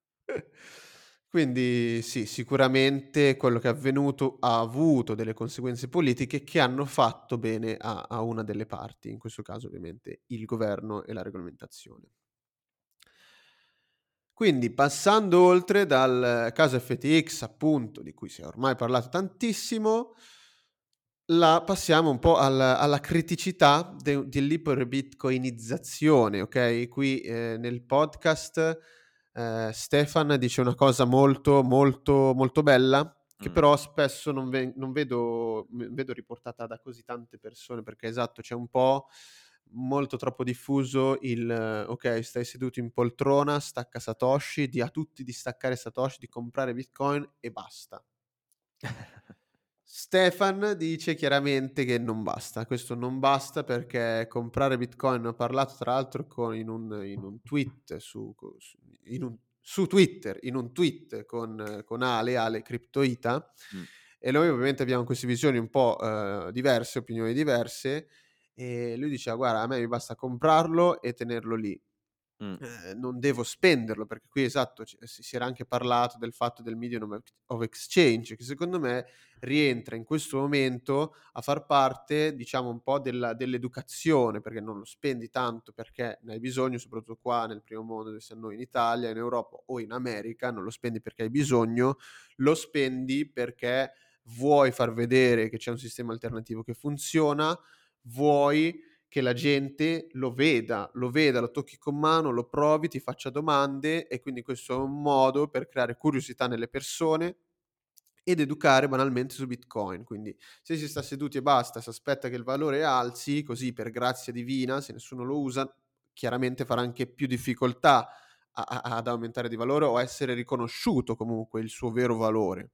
Speaker 1: Quindi sì, sicuramente quello che è avvenuto ha avuto delle conseguenze politiche che hanno fatto bene a a una delle parti, in questo caso ovviamente il governo e la regolamentazione. Quindi passando oltre dal caso F T X appunto, di cui si è ormai parlato tantissimo, La passiamo un po' al alla criticità de dell'iperbitcoinizzazione, okay, qui, ehm, nel podcast, ehm, Stefan dice una cosa molto, molto, molto bella, che
Speaker 2: Mh.
Speaker 1: però spesso non ve non vedo v vedo riportata da così tante persone, perché esatto, c'è un po' molto troppo diffuso il: "Okay, stai seduto in poltrona, stacca Satoshi, di a tutti di staccare Satoshi, di comprare Bitcoin e basta." Stefan dice chiaramente che non basta. Questo non basta perché comprare Bitcoin, ne ho parlato tra l'altro con in un in un tweet su co su in un su Twitter, in un tweet con con Ale, Ale Cryptoita,
Speaker 2: Mh.
Speaker 1: e noi ovviamente abbiamo queste visioni un po', uhm, diverse, opinioni diverse, e lui diceva: "Guarda, a me mi basta comprarlo e tenerlo lì.
Speaker 2: Mh.
Speaker 1: Ehm, non devo spenderlo", perché qui esatto, c si si era anche parlato del fatto del medium of of exchange, che secondo me rientra in questo momento a far parte, diciamo, un po' della dell'educazione, perché non lo spendi tanto perché ne hai bisogno, soprattutto qua nel primo mondo dove siamo noi in Italia, in Europa o in America, non lo spendi perché hai bisogno, lo spendi perché vuoi far vedere che c'è un sistema alternativo che funziona, vuoi che la gente lo veda, lo veda, lo tocchi con mano, lo provi, ti faccia domande, e quindi questo è un modo per creare curiosità nelle persone ed educare banalmente su Bitcoin. Quindi se si sta seduti e basta, si aspetta che il valore alzi, così per grazia divina, se nessuno lo usa, chiaramente farà anche più difficoltà a a ad aumentare di valore o a essere riconosciuto comunque il suo vero valore.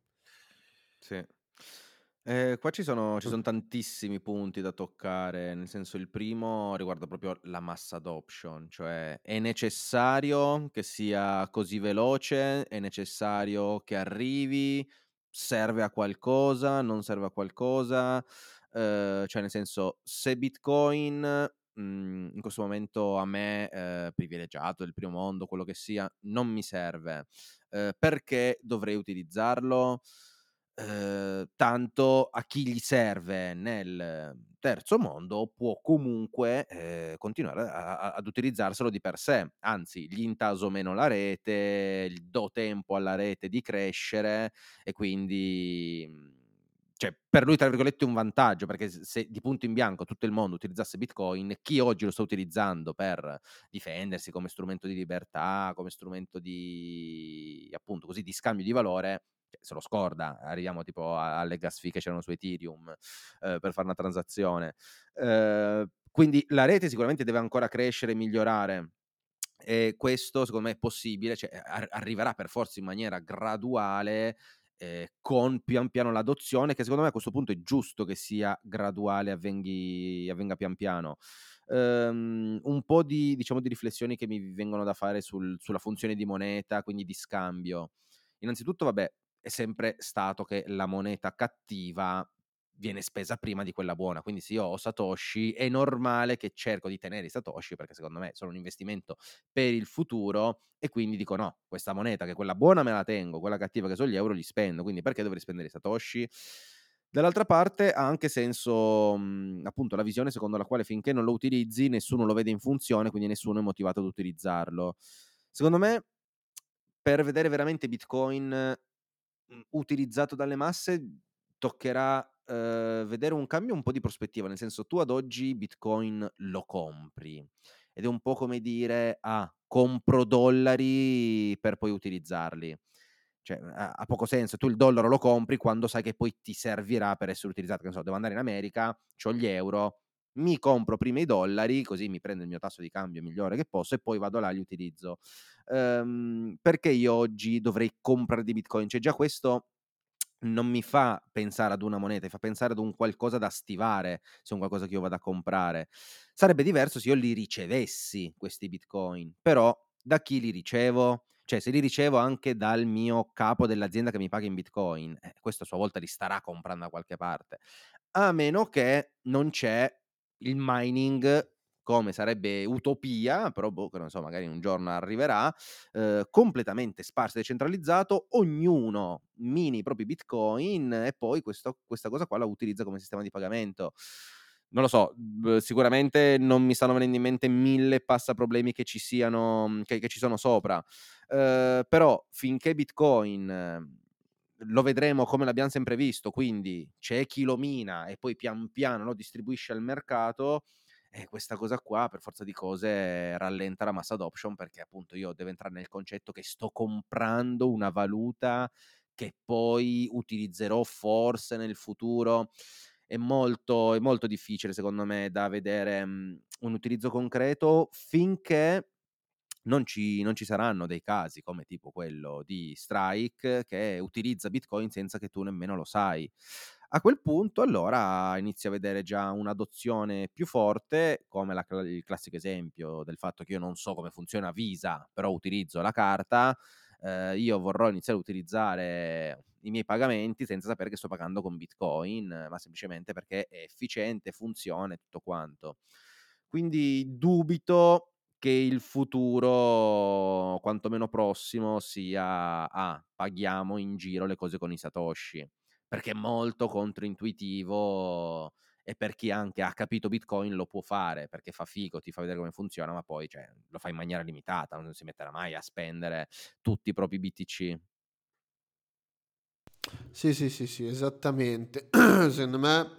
Speaker 2: Sì. Ehm, qua ci sono ci son tantissimi punti da toccare, nel senso, il primo riguarda proprio la mass adoption, cioè è necessario che sia così veloce, è necessario che arrivi, serve a qualcosa, non serve a qualcosa, uhm, cioè nel senso, se Bitcoin, mhmm, in questo momento a me, ehm, privilegiato del primo mondo, quello che sia, non mi serve, uhm, perché dovrei utilizzarlo? Uhm, tanto a chi gli serve nel terzo mondo può comunque, ehm, continuare a a ad utilizzarselo di per sé, anzi gli intaso meno la rete, gli do tempo alla rete di crescere e quindi, mhmm, cioè per lui tra virgolette è un vantaggio, perché s se di punto in bianco tutto il mondo utilizzasse Bitcoin, chi oggi lo sta utilizzando per difendersi come strumento di libertà, come strumento di appunto così, di scambio di valore, cioè se lo scorda. Arriviamo tipo a alle gas fee che c'erano su Ethereum, ehm, per fare una transazione. Ehm, quindi la rete sicuramente deve ancora crescere e migliorare, e questo secondo me è possibile, cioè ar arriverà per forza in maniera graduale, ehm, con pian piano l'adozione, che secondo me a questo punto è giusto che sia graduale, avvenghi avvenga pian piano. Ehm, un po' di diciamo di riflessioni che mi vengono da fare sul sulla funzione di moneta, quindi di scambio. Innanzitutto vabbè, è sempre stato che la moneta cattiva viene spesa prima di quella buona, quindi se io ho Satoshi è normale che cerco di tenere i Satoshi, perché secondo me sono un investimento per il futuro, e quindi dico: "No, questa moneta che è quella buona me la tengo, quella cattiva che so gli euro li spendo, quindi perché dovrei spendere i Satoshi?" Dall'altra parte ha anche senso, mhmm, appunto la visione secondo la quale finché non lo utilizzi nessuno lo vede in funzione, quindi nessuno è motivato ad utilizzarlo. Secondo me, per vedere veramente Bitcoin, mhmm, utilizzato dalle masse, toccherà, uhm, vedere un cambio un po' di prospettiva, nel senso, tu ad oggi Bitcoin lo compri ed è un po' come dire: "Ah, compro dollari per poi utilizzarli." Cioè ha ha poco senso. Tu il dollaro lo compri quando sai che poi ti servirà per essere utilizzato. Che ne so, devo andare in America, c'ho gli euro, mi compro prima i dollari, così mi prendo il mio tasso di cambio migliore che posso e poi vado là e li utilizzo. Uhm, perché io oggi dovrei comprare dei Bitcoin? Cioè già questo non mi fa pensare ad una moneta, mi fa pensare ad un qualcosa da stivare, se è un qualcosa che io vado a comprare. Sarebbe diverso se io li ricevessi questi Bitcoin, però da chi li ricevo? Cioè se li ricevo anche dal mio capo dell'azienda che mi paga in Bitcoin, eh, questo a sua volta li starà comprando da qualche parte. A meno che non c'è il mining, come sarebbe utopia, però boh, che non so, magari un giorno arriverà, uhm, completamente sparso e decentralizzato, ognuno mini i propri Bitcoin e poi questo questa cosa qua la utilizza come sistema di pagamento. Non lo so, b sicuramente non mi stanno venendo in mente mille passaproblemi che ci siano, mhmm, che che ci sono sopra, uhm, però finché Bitcoin lo vedremo come l'abbiamo sempre visto, quindi c'è chi lo mina e poi pian piano lo distribuisce al mercato, e questa cosa qua per forza di cose rallenta la mass adoption, perché appunto io devo entrare nel concetto che sto comprando una valuta che poi utilizzerò forse nel futuro. È molto, è molto difficile secondo me da vedere mh, un utilizzo concreto finché non ci, non ci saranno dei casi come tipo quello di Strike che utilizza Bitcoin senza che tu nemmeno lo sai. A quel punto allora inizi a vedere già un'adozione più forte, come la cla- il classico esempio del fatto che io non so come funziona Visa, però utilizzo la carta. Eh, io vorrò iniziare a utilizzare i miei pagamenti senza sapere che sto pagando con Bitcoin, eh, ma semplicemente perché è efficiente, funziona e tutto quanto. Quindi dubito che il futuro, quantomeno prossimo, sia ah, paghiamo in giro le cose con i Satoshi, perché è molto controintuitivo, e per chi anche ha capito Bitcoin lo può fare, perché fa figo, ti fa vedere come funziona, ma poi cioè, lo fa in maniera limitata, non si metterà mai a spendere tutti i propri B T C.
Speaker 1: Sì, sì, sì, sì, esattamente. Secondo me,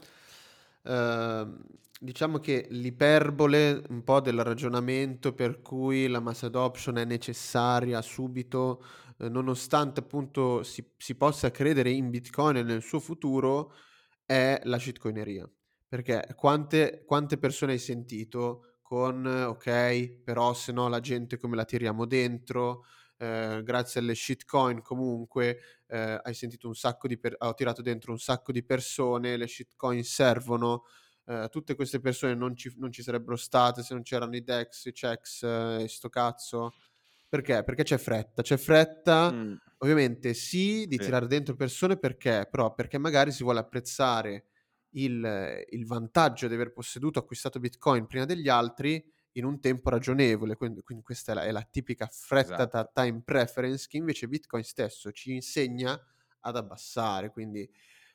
Speaker 1: ehm, diciamo che l'iperbole un po' del ragionamento per cui la mass adoption è necessaria subito, eh, nonostante appunto si, si possa credere in Bitcoin e nel suo futuro, è la shitcoineria. Perché quante, quante persone hai sentito con, eh, ok, però se no la gente come la tiriamo dentro, eh, grazie alle shitcoin comunque eh, hai sentito un sacco di per- ho tirato dentro un sacco di persone, le shitcoin servono, eh, tutte queste persone non ci, non ci sarebbero state se non c'erano i DEX, i checks eh, e sto cazzo. Perché? Perché c'è fretta, c'è fretta,
Speaker 2: Mm,
Speaker 1: ovviamente sì, di
Speaker 2: sì,
Speaker 1: tirare dentro persone, perché? Però perché magari si vuole apprezzare il, il vantaggio di aver posseduto, acquistato Bitcoin prima degli altri in un tempo ragionevole, quindi, quindi questa è la, è la tipica fretta da
Speaker 2: esatto.
Speaker 1: time preference che invece Bitcoin stesso ci insegna ad abbassare. Quindi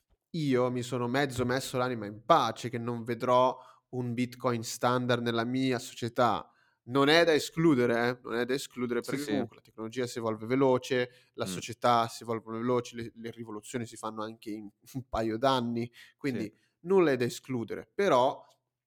Speaker 1: io mi sono mezzo messo l'anima in pace che non vedrò un Bitcoin standard nella mia società. Non è da escludere, eh? Non è da escludere,
Speaker 2: Sì,
Speaker 1: perché
Speaker 2: sì.
Speaker 1: comunque la tecnologia si evolve veloce, la
Speaker 2: Mm,
Speaker 1: società si evolve veloce, le, le rivoluzioni si fanno anche in un paio d'anni,
Speaker 2: sì.
Speaker 1: quindi nulla è da escludere. Però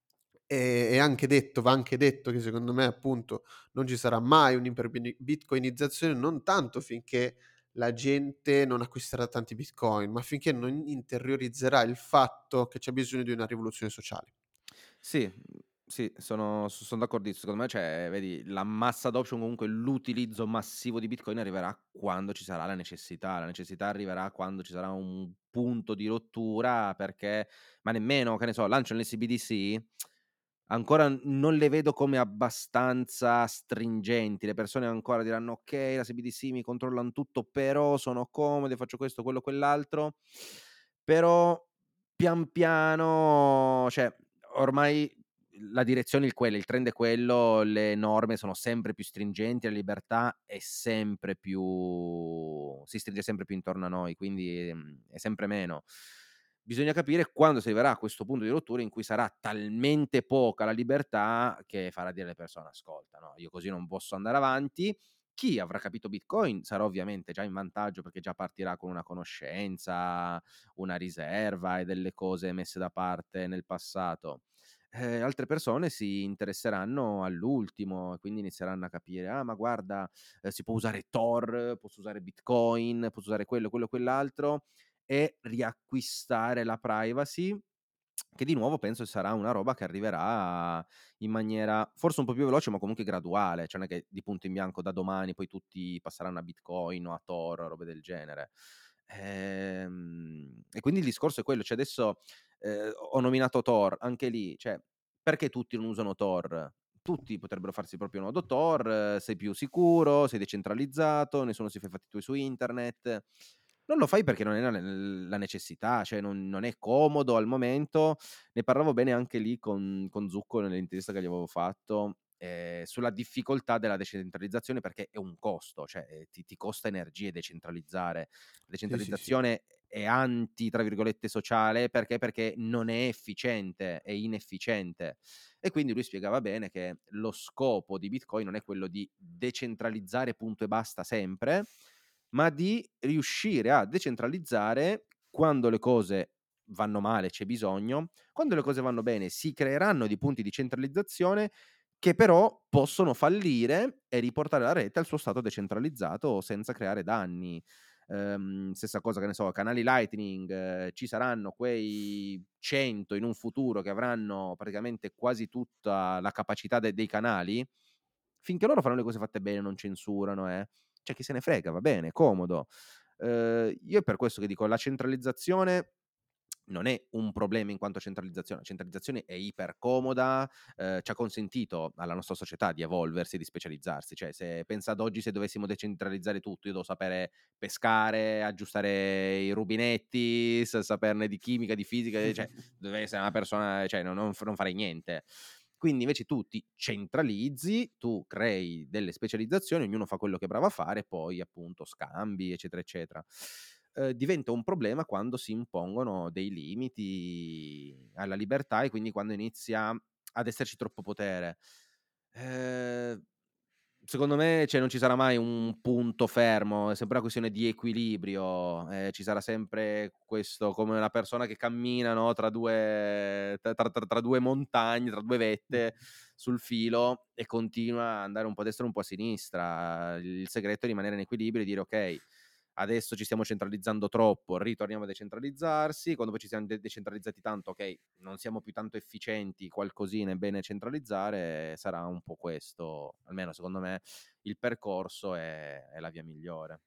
Speaker 1: è, è anche detto, va anche detto che secondo me appunto non ci sarà mai un'iperbitcoinizzazione, non tanto finché la gente non acquisterà tanti bitcoin, ma finché non interiorizzerà il fatto che c'è bisogno di una rivoluzione sociale.
Speaker 2: Sì, mhmm, sì, sono s son d'accordissimo. Secondo me, cioè, vedi, la mass adoption, comunque l'utilizzo massivo di Bitcoin arriverà quando ci sarà la necessità. La necessità arriverà quando ci sarà un punto di rottura, perché ma nemmeno, che ne so, lanciano le C B D C, ancora n non le vedo come abbastanza stringenti. Le persone ancora diranno: "Okay, la C B D C mi controllan tutto, però sono comode, faccio questo, quello, quell'altro". Però pian piano, cioè ormai la direzione è quella, il trend è quello, le norme sono sempre più stringenti, la libertà è sempre più si stringe sempre più intorno a noi, quindi, ehm, è sempre meno. Bisogna capire quando si arriverà a questo punto di rottura in cui sarà talmente poca la libertà che farà dire alle persone: "Ascolta, no, io così non posso andare avanti". Chi avrà capito Bitcoin sarà ovviamente già in vantaggio, perché già partirà con una conoscenza, una riserva e delle cose messe da parte nel passato. Eh, altre persone si interesseranno all'ultimo e quindi inizieranno a capire: "Ah, ma guarda, ehm, si può usare Tor, posso usare Bitcoin, posso usare quello, quello, quell'altro", e riacquistare la privacy, che di nuovo penso sarà una roba che arriverà in maniera forse un po' più veloce, ma comunque graduale, cioè non è che di punto in bianco da domani poi tutti passeranno a Bitcoin o a Tor o robe del genere. Ehm, e quindi il discorso è quello, cioè adesso, ehm, ho nominato Tor, anche lì, cioè perché tutti non usano Tor? Tutti potrebbero farsi il proprio nodo Tor, eh, sei più sicuro, sei decentralizzato, nessuno si fa i fatti tuoi su internet. Non lo fai perché non è la la necessità, cioè non non è comodo al momento. Ne parlavo bene anche lì con con Zucco nell'intervista che gli avevo fatto, ehm, sulla difficoltà della decentralizzazione, perché è un costo, cioè, ehm, ti ti costa energie decentralizzare. La
Speaker 1: Sì, sì, sì.
Speaker 2: decentralizzazione è anti, tra virgolette, "sociale", perché perché non è efficiente, è inefficiente. E quindi lui spiegava bene che lo scopo di Bitcoin non è quello di decentralizzare punto e basta sempre, ma di riuscire a decentralizzare quando le cose vanno male, c'è bisogno, quando le cose vanno bene si creeranno dei punti di centralizzazione che però possono fallire e riportare la rete al suo stato decentralizzato senza creare danni. Ehm, stessa cosa, che ne so, canali Lightning, eh, ci saranno quei cento in un futuro che avranno praticamente quasi tutta la capacità de- dei canali, finché loro fanno le cose fatte bene, non censurano, eh. Cioè chi se ne frega, va bene, comodo. Ehm, io è per questo che dico la centralizzazione non è un problema in quanto centralizzazione, la centralizzazione è ipercomoda, ehm, ci ha consentito alla nostra società di evolversi, di specializzarsi. Cioè, se pensa ad oggi, se dovessimo decentralizzare tutto, io devo sapere pescare, aggiustare i rubinetti, s saperne di chimica, di fisica, cioè dovrei essere una persona, cioè non non f non farei niente. Quindi invece tu ti centralizzi, tu crei delle specializzazioni, ognuno fa quello che è bravo a fare, poi appunto scambi, eccetera, eccetera. Ehm, diventa un problema quando si impongono dei limiti alla libertà e quindi quando inizia ad esserci troppo potere. Ehm, Secondo me, cioè, non ci sarà mai un punto fermo, è sempre una questione di equilibrio, ehm, ci sarà sempre questo, come una persona che cammina, no, tra due tra tra tra tra due montagne, tra due vette sul filo e continua a andare un po' a destra e un po' a sinistra. Il segreto è rimanere in equilibrio e dire: "Okay, adesso ci stiamo centralizzando troppo, ritorniamo a decentralizzarsi, quando poi ci siamo de decentralizzati tanto, okay, non siamo più tanto efficienti, qualcosina è bene centralizzare", sarà un po' questo, almeno secondo me, il percorso è è la via migliore.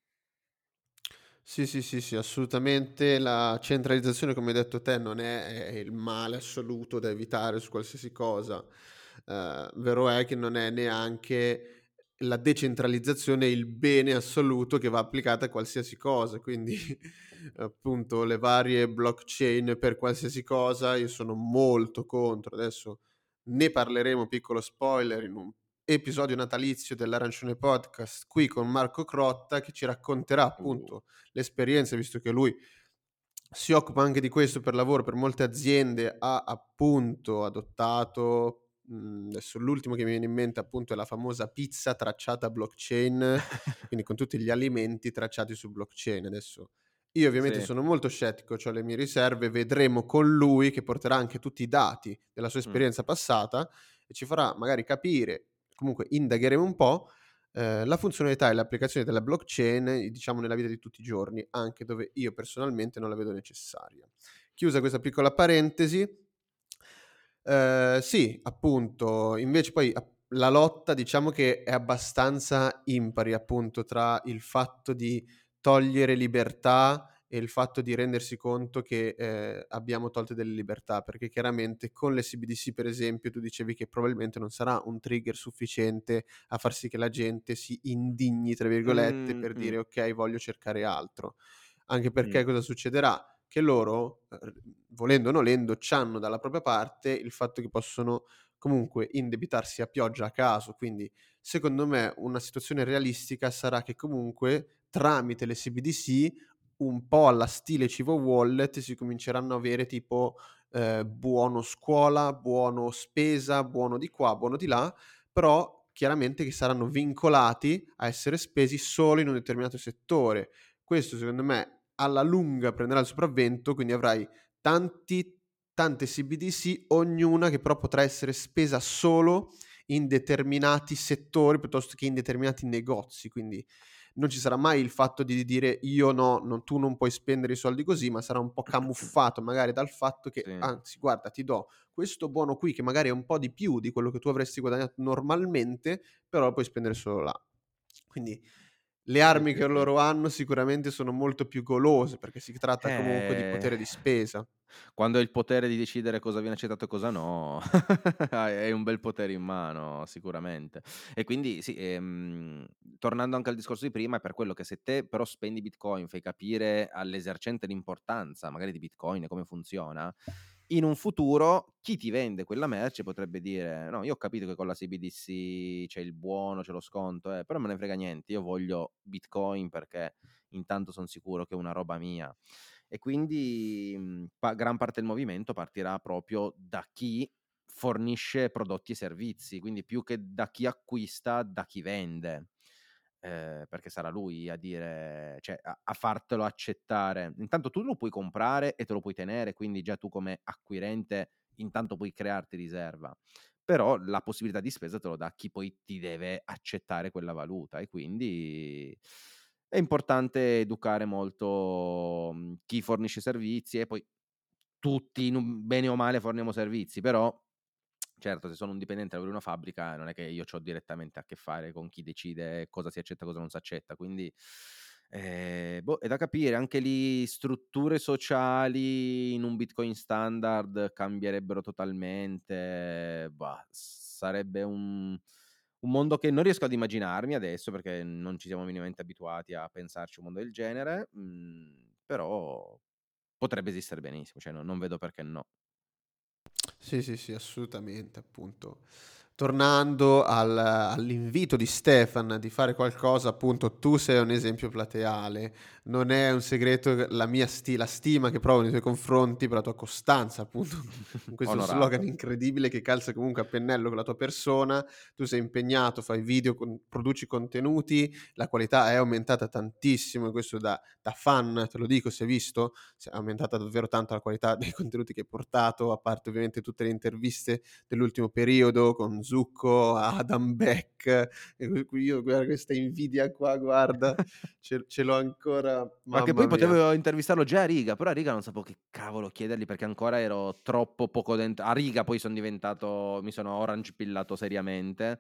Speaker 1: Sì, sì, sì, sì, assolutamente. La centralizzazione, come hai detto te, non è è il male assoluto da evitare su qualsiasi cosa. Ehm, vero è che non è neanche la decentralizzazione il bene assoluto che va applicata a qualsiasi cosa. Quindi, appunto, le varie blockchain per qualsiasi cosa, io sono molto contro. Adesso ne parleremo, piccolo spoiler, in un episodio natalizio dell'Arancione Podcast qui con Marco Crotta, che ci racconterà
Speaker 2: Uh.
Speaker 1: appunto l'esperienza, visto che lui si occupa anche di questo per lavoro, per molte aziende, ha appunto adottato, mhmm, adesso l'ultimo che mi viene in mente appunto è la famosa pizza tracciata blockchain, quindi con tutti gli alimenti tracciati su blockchain. Adesso io ovviamente
Speaker 2: Sì.
Speaker 1: sono molto scettico, c'ho le mie riserve, vedremo con lui che porterà anche tutti i dati della sua
Speaker 2: Mh.
Speaker 1: esperienza passata e ci farà magari capire, comunque indagheremo un po', ehm, la funzionalità e l'applicazione della blockchain, ehm, diciamo nella vita di tutti i giorni, anche dove io personalmente non la vedo necessaria. Chiusa questa piccola parentesi, ehm, sì, appunto, invece poi ap la lotta diciamo che è abbastanza impari, appunto, tra il fatto di togliere libertà e il fatto di rendersi conto che, ehm, abbiamo tolte delle libertà, perché chiaramente con le C B D C, per esempio, tu dicevi che probabilmente non sarà un trigger sufficiente a far sì che la gente si "indigni" tra virgolette per
Speaker 2: Mh-mh.
Speaker 1: dire: "Okay, voglio cercare altro". Anche perché
Speaker 2: Mh.
Speaker 1: cosa succederà? Che loro, uhm, volendo o nolendo, c'hanno dalla propria parte il fatto che possono comunque indebitarsi a pioggia a caso, quindi secondo me una situazione realistica sarà che comunque tramite le C B D C, un po' alla stile Civo Wallet, si cominceranno a avere tipo, ehm, buono scuola, buono spesa, buono di qua, buono di là, però chiaramente che saranno vincolati a essere spesi solo in un determinato settore. Questo secondo me alla lunga prenderà il sopravvento, quindi avrai tanti tante C B D C, ognuna che però potrà essere spesa solo in determinati settori piuttosto che in determinati negozi, quindi non ci sarà mai il fatto di dire: "Io no, non tu non puoi spendere i soldi così", ma sarà un po' camuffato magari dal fatto che:
Speaker 2: Sì.
Speaker 1: "Anzi guarda, ti do questo buono qui che magari è un po' di più di quello che tu avresti guadagnato normalmente, però lo puoi spendere solo là". Quindi le
Speaker 2: Sì,
Speaker 1: armi
Speaker 2: sì,
Speaker 1: che
Speaker 2: sì.
Speaker 1: loro hanno sicuramente sono molto più golose, perché si tratta comunque di
Speaker 2: Eh,
Speaker 1: potere di spesa.
Speaker 2: quando hai il potere di decidere cosa viene accettato e cosa no, hai hai un bel potere in mano sicuramente. E quindi sì, ehm, tornando anche al discorso di prima, è per quello che se te però spendi Bitcoin, fai capire all'esercente l'importanza magari di Bitcoin e come funziona, in un futuro chi ti vende quella merce potrebbe dire: "No, io ho capito che con la C B D C c'è il buono, c'è lo sconto, eh, però me ne frega niente, io voglio Bitcoin perché intanto son sicuro che è una roba mia". E quindi, mhmm, pa gran parte del movimento partirà proprio da chi fornisce prodotti e servizi, quindi più che da chi acquista, da chi vende. eh, perché sarà lui a dire, cioè a, a fartelo accettare. Intanto tu lo puoi comprare e te lo puoi tenere, quindi già tu come acquirente intanto puoi crearti riserva, però la possibilità di spesa te lo dà chi poi ti deve accettare quella valuta, e quindi è importante educare molto mh, chi fornisce servizi, e poi tutti, in un- bene o male, forniamo servizi, però certo, se sono un dipendente, lavoro in una fabbrica, non è che io c'ho direttamente a che fare con chi decide cosa si accetta e cosa non si accetta, quindi eh, boh, è da capire. Anche lì strutture sociali in un Bitcoin standard cambierebbero totalmente, bah, sarebbe un, un mondo che non riesco ad immaginarmi adesso, perché non ci siamo minimamente abituati a pensarci un mondo del genere, mm, però potrebbe esistere benissimo, cioè no- non vedo perché no.
Speaker 1: Sì, sì, sì, assolutamente, appunto. Tornando al- all'invito di Stefan di fare qualcosa, appunto, tu sei un esempio plateale. Non è un segreto la mia sti- la stima che provo nei tuoi confronti per la tua costanza, appunto, con questo slogan
Speaker 2: Onorato.
Speaker 1: incredibile che calza comunque a pennello con la tua persona. Tu sei impegnato, fai video, con- produci contenuti, la qualità è aumentata tantissimo, e questo da, da fan, te lo dico, si è visto, si è aumentata davvero tanto la qualità dei contenuti che hai portato, a parte ovviamente tutte le interviste dell'ultimo periodo con Zucco, Adam Beck, e qui io guarda questa invidia qua, guarda, ce, ce l'ho ancora,
Speaker 2: Ma che
Speaker 1: mamma
Speaker 2: poi
Speaker 1: mia.
Speaker 2: potevo intervistarlo già a riga, però a riga non sapevo che cavolo chiedergli, perché ancora ero troppo poco dentro. A riga poi sono diventato, mi sono orange pillato seriamente.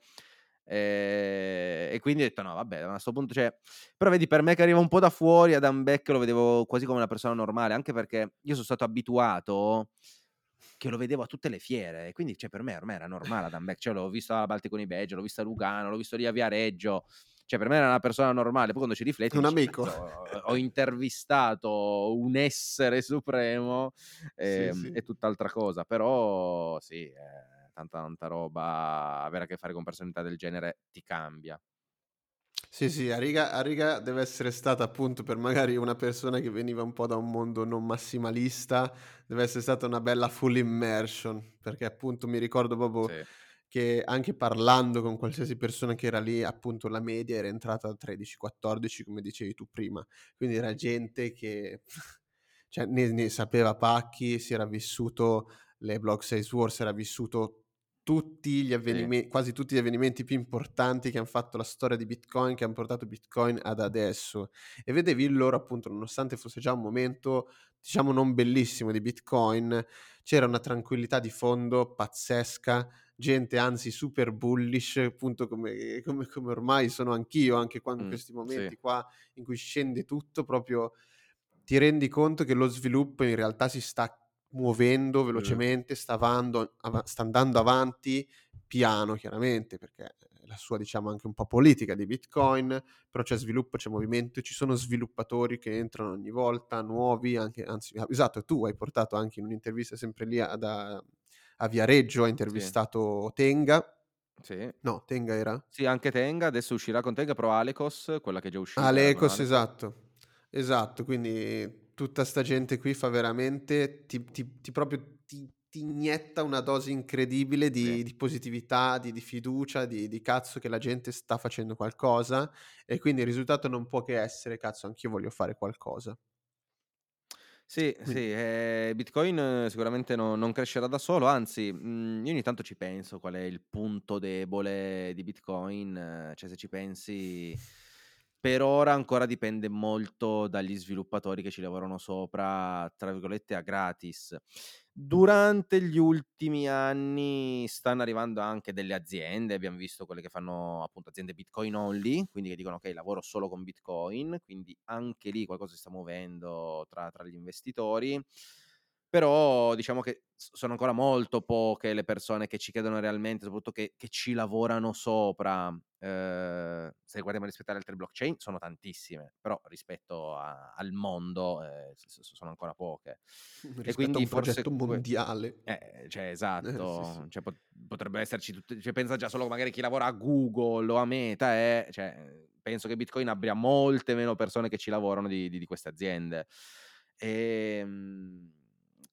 Speaker 2: E, e quindi ho detto no, vabbè, a questo punto, cioè, però vedi, per me che arriva un po' da fuori, Adam Beck lo vedevo quasi come una persona normale, anche perché io sono stato abituato che lo vedevo a tutte le fiere, e quindi, cioè, per me ormai era normale Adam Beck, cioè l'ho visto alla Balticoni Beige, l'ho visto a Lugano, l'ho visto lì a Viareggio, cioè per me era una persona normale. Poi quando ci rifletti
Speaker 1: Un
Speaker 2: dici
Speaker 1: amico.
Speaker 2: cazzo, ho, ho intervistato un essere supremo,
Speaker 1: Sì,
Speaker 2: ehm,
Speaker 1: sì.
Speaker 2: è tutt'altra cosa, però sì, eh, tanta tanta roba, avere a che fare con personalità del genere ti cambia.
Speaker 1: Sì, sì, a riga, a riga deve essere stata appunto per magari una persona che veniva un po' da un mondo non massimalista, deve essere stata una bella full immersion, perché appunto mi ricordo proprio
Speaker 2: Sì,
Speaker 1: che anche parlando con qualsiasi persona che era lì, appunto la media era entrata a tredici quattordici, come dicevi tu prima, quindi era gente che cioè, ne, ne sapeva pacchi, si era vissuto le Block Size Wars, era vissuto tutti gli
Speaker 2: sì.
Speaker 1: avvenimenti, quasi tutti gli avvenimenti più importanti che hanno fatto la storia di Bitcoin, che hanno portato Bitcoin ad adesso. E vedevi il loro, appunto, nonostante fosse già un momento, diciamo, non bellissimo di Bitcoin, c'era una tranquillità di fondo pazzesca, gente anzi super bullish, appunto come, come, come ormai sono anch'io, anche quando in
Speaker 2: Mm,
Speaker 1: questi
Speaker 2: sì.
Speaker 1: momenti qua in cui scende tutto, proprio ti rendi conto che lo sviluppo in realtà si sta muovendo
Speaker 2: Mm,
Speaker 1: velocemente, sta, avando, av- sta andando avanti piano, chiaramente, perché è la sua, diciamo, anche un po' politica di Bitcoin, però c'è sviluppo, c'è movimento, ci sono sviluppatori che entrano ogni volta, nuovi, anche, anzi, ah, esatto, tu hai portato anche in un'intervista sempre lì a, da- a Viareggio, hai
Speaker 2: sì,
Speaker 1: intervistato Tenga,
Speaker 2: sì.
Speaker 1: no, Tenga era?
Speaker 2: Sì, anche Tenga, adesso uscirà con Tenga, però Alecos, quella che è già
Speaker 1: Ah,
Speaker 2: uscita era con
Speaker 1: l'Ecos,
Speaker 2: Alecos.
Speaker 1: esatto. Esatto, quindi tutta sta gente qui fa veramente, ti, ti- ti proprio ti, ti inietta una dose incredibile
Speaker 2: Sì.
Speaker 1: di, di positività, di, di fiducia, di, di cazzo che la gente sta facendo qualcosa e quindi il risultato non può che essere, cazzo, anch'io voglio fare qualcosa.
Speaker 2: Sì,
Speaker 1: Quindi,
Speaker 2: sì, ehm, Bitcoin eh, sicuramente no, non crescerà da solo, anzi, mhmm, io ogni tanto ci penso qual è il punto debole di Bitcoin, eh, cioè se ci pensi, per ora ancora dipende molto dagli sviluppatori che ci lavorano sopra, tra virgolette, "a gratis". Durante gli ultimi anni stanno arrivando anche delle aziende, abbiam visto quelle che fanno appunto aziende Bitcoin only, quindi che dicono: "Okay, lavoro solo con Bitcoin", quindi anche lì qualcosa si sta muovendo tra tra gli investitori. Però diciamo che s sono ancora molto poche le persone che ci credono realmente, soprattutto che che ci lavorano sopra. Ehm, se guardiamo rispetto alle altre blockchain sono tantissime, però rispetto a al mondo, ehm, s s sono ancora poche. E
Speaker 1: rispetto a
Speaker 2: quindi
Speaker 1: un progetto
Speaker 2: forse que
Speaker 1: mondiale,
Speaker 2: eh, cioè
Speaker 1: eh, sì, sì.
Speaker 2: esatto, cioè pot potrebbe esserci tutte, cioè pensa già solo magari chi lavora a Google o a Meta, eh, cioè penso che Bitcoin abbia molte meno persone che ci lavorano di di di queste aziende. Ehm,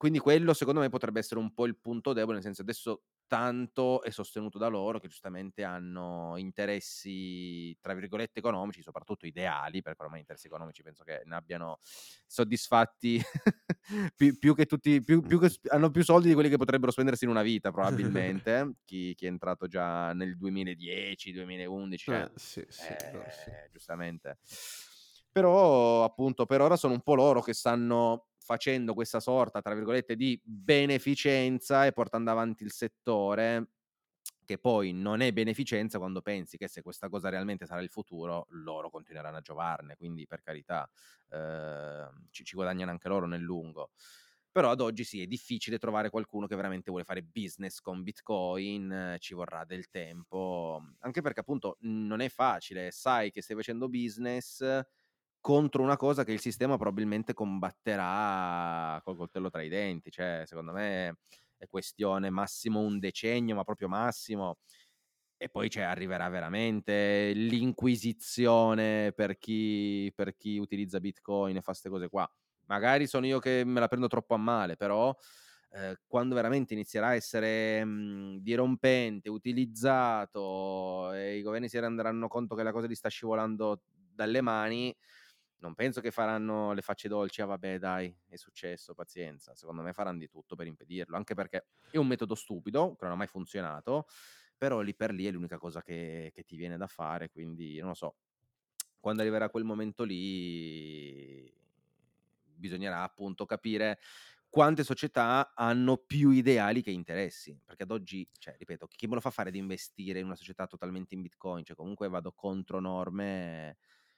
Speaker 2: quindi quello secondo me potrebbe essere un po' il punto debole, nel senso adesso tanto è sostenuto da loro che giustamente hanno interessi, tra virgolette, "economici", soprattutto ideali, perché ormai interessi economici penso che ne abbiano soddisfatti più più che tutti più più che
Speaker 1: Mh-mh.
Speaker 2: s hanno più soldi di quelli che potrebbero spendersi in una vita probabilmente, chi chi è entrato già nel duemiladieci, duemilaundici, cioè,
Speaker 1: Eh, sì, sì, loro sì.
Speaker 2: ehm, giustamente. Però appunto per ora sono un po' loro che stanno facendo questa sorta, tra virgolette, di "beneficenza" e portando avanti il settore, che poi non è beneficenza quando pensi che se questa cosa realmente sarà il futuro, loro continueranno a giovarne, quindi per carità, ehm, ci ci guadagnano anche loro nel lungo. Però ad oggi sì, è difficile trovare qualcuno che veramente vuole fare business con Bitcoin, eh, ci vorrà del tempo, anche perché appunto mh, non è facile, sai che stai facendo business contro una cosa che il sistema probabilmente combatterà col coltello tra i denti, cioè secondo me è questione massimo un decennio, ma proprio massimo, e poi cioè arriverà veramente l'inquisizione per chi per chi utilizza Bitcoin e fa 'ste cose qua. Magari sono io che me la prendo troppo a male, però, ehm, quando veramente inizierà a essere, mhmm, dirompente, utilizzato e i governi si renderanno conto che la cosa gli sta scivolando dalle mani, non penso che faranno le facce dolci: "Ah vabbè dai, è successo, pazienza." Secondo me faran di tutto per impedirlo, anche perché è un metodo stupido, che non ha mai funzionato, però lì per lì è l'unica cosa che che ti viene da fare, quindi non lo so. Quando arriverà quel momento lì, bisognerà appunto capire quante società hanno più ideali che interessi, perché ad oggi, cioè ripeto, chi me lo fa fare di investire in una società totalmente in Bitcoin? Cioè comunque vado contro norme,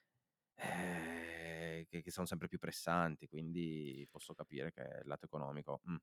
Speaker 2: ehm, che che son sempre più pressanti, quindi posso capire che il lato economico, mh.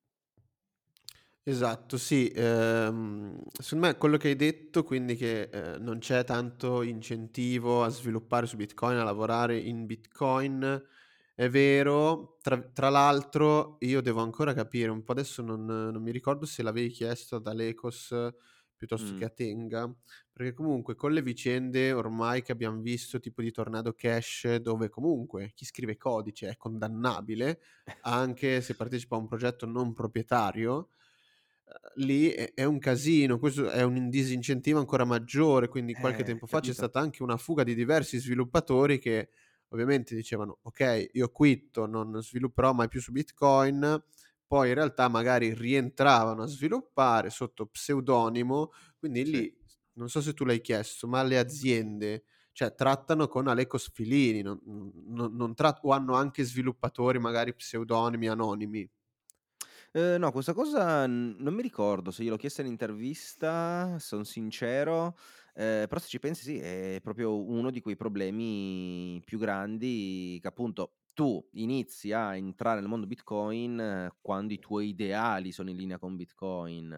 Speaker 1: Esatto, sì. Ehm, secondo me quello che hai detto, quindi che, ehm, non c'è tanto incentivo a sviluppare su Bitcoin, a lavorare in Bitcoin, è vero. Tra tra l'altro io devo ancora capire un po', adesso non non mi ricordo se l'avevi chiesto ad Alecos piuttosto
Speaker 2: Mh.
Speaker 1: che a Tenga, perché comunque con le vicende ormai che abbiam visto, tipo di Tornado Cash, dove comunque chi scrive codice è condannabile, anche se partecipa a un progetto non proprietario. Uhm, lì è è un casino, questo è un disincentivo ancora maggiore, quindi qualche
Speaker 2: Eh,
Speaker 1: tempo fa c'è
Speaker 2: capito?
Speaker 1: stata anche una fuga di diversi sviluppatori che ovviamente dicevano: "Okay, io quitto, non svilupperò mai più su Bitcoin", poi in realtà magari rientravano a sviluppare sotto pseudonimo, quindi
Speaker 2: Sì.
Speaker 1: lì s non so se tu l'hai chiesto, ma le aziende, cioè trattano con Alecos Filini, non non non tra o hanno anche sviluppatori magari pseudonimi, anonimi?
Speaker 2: Ehm, no, questa cosa n non mi ricordo se gliel'ho chiesta in intervista, son sincero, ehm, però se ci pensi sì, è proprio uno di quei problemi più grandi che appunto tu inizi a entrare nel mondo Bitcoin eh, quando i tuoi ideali sono in linea con Bitcoin.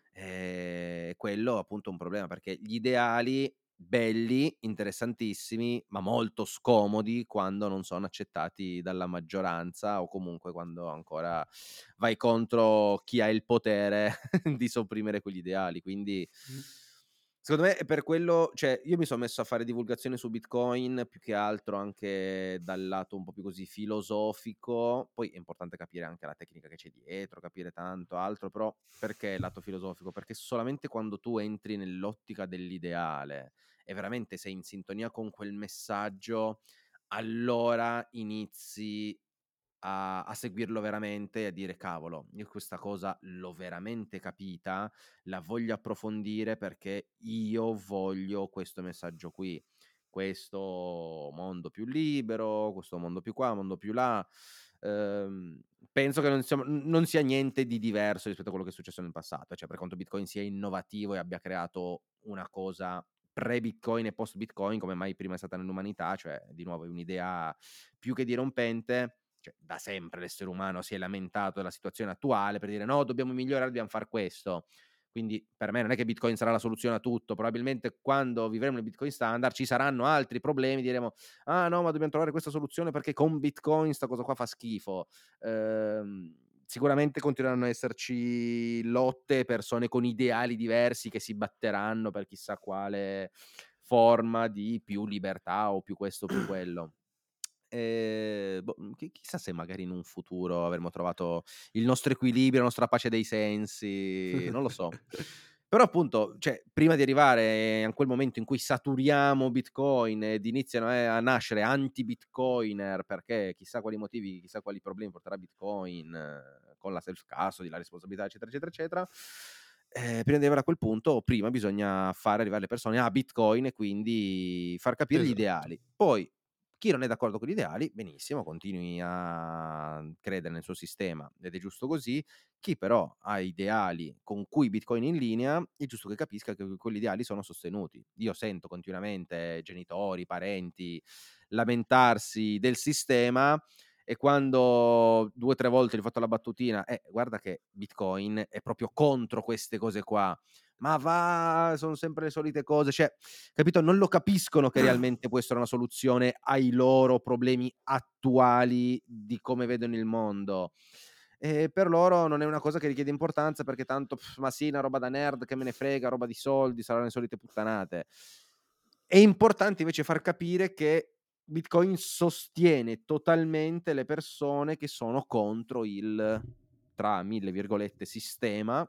Speaker 2: Ehm, quello appunto è un problema, perché gli ideali belli, interessantissimi, ma molto scomodi quando non sono accettati dalla maggioranza o comunque quando ancora vai contro chi ha il potere di sopprimere quegli ideali. Quindi
Speaker 1: Mh.
Speaker 2: secondo me è per quello, cioè io mi son messo a fare divulgazione su Bitcoin più che altro anche dal lato un po' più così filosofico, poi è importante capire anche la tecnica che c'è dietro, capire tanto altro, però perché lato filosofico? Perché solamente quando tu entri nell'ottica dell'ideale e veramente sei in sintonia con quel messaggio, allora inizi a a seguirlo veramente e a dire: "Cavolo, io questa cosa l'ho veramente capita, la voglio approfondire perché io voglio questo messaggio qui, questo mondo più libero, questo mondo più qua, mondo più là". Ehm, penso che non sia n non sia niente di diverso rispetto a quello che è successo nel passato, cioè per quanto Bitcoin sia innovativo e abbia creato una cosa pre-Bitcoin e post-Bitcoin come mai prima è stata nell'umanità, cioè di nuovo è un'idea più che dirompente, cioè da sempre l'essere umano si è lamentato della situazione attuale per dire: "No, dobbiamo migliorare, dobbiam far questo". Quindi per me non è che Bitcoin sarà la soluzione a tutto, probabilmente quando vivremo nel Bitcoin standard ci saranno altri problemi, diremo: "Ah no, ma dobbiam trovare questa soluzione perché con Bitcoin 'sta cosa qua fa schifo". Ehm, sicuramente continueranno a esserci lotte, persone con ideali diversi che si batteranno per chissà quale forma di più libertà o più questo o più quello. e boh, chi- chissà se magari in un futuro avremo trovato il nostro equilibrio, la nostra pace dei sensi, non lo so. Però appunto, cioè, prima di arrivare a quel momento in cui saturiamo Bitcoin ed iniziano eh, a nascere anti-Bitcoiner, perché chissà quali motivi, chissà quali problemi porterà Bitcoin eh, con la self-custody, la responsabilità, eccetera, eccetera, eccetera. Eh, prima di arrivare a quel punto, prima bisogna fare arrivare le persone a Bitcoin e quindi far capire
Speaker 1: Esatto.
Speaker 2: gli ideali. Poi, chi non è d'accordo con gli ideali, benissimo, continui a credere nel suo sistema ed è giusto così. Chi però ha ideali con cui Bitcoin è in linea, è giusto che capisca che quegli ideali sono sostenuti. Io sento continuamente genitori, parenti lamentarsi del sistema e quando due o tre volte gli ho fatto la battutina, eh, guarda che Bitcoin è proprio contro queste cose qua, ma va, sono sempre le solite cose, cioè, capito? Non lo capiscono che realmente può essere una soluzione ai loro problemi attuali di come vedono il mondo. E per loro non è una cosa che richiede importanza perché tanto, pff, ma sì, una roba da nerd, che me ne frega, roba di soldi, saranno le solite puttanate. È importante invece far capire che Bitcoin sostiene totalmente le persone che sono contro il, tra mille virgolette, sistema,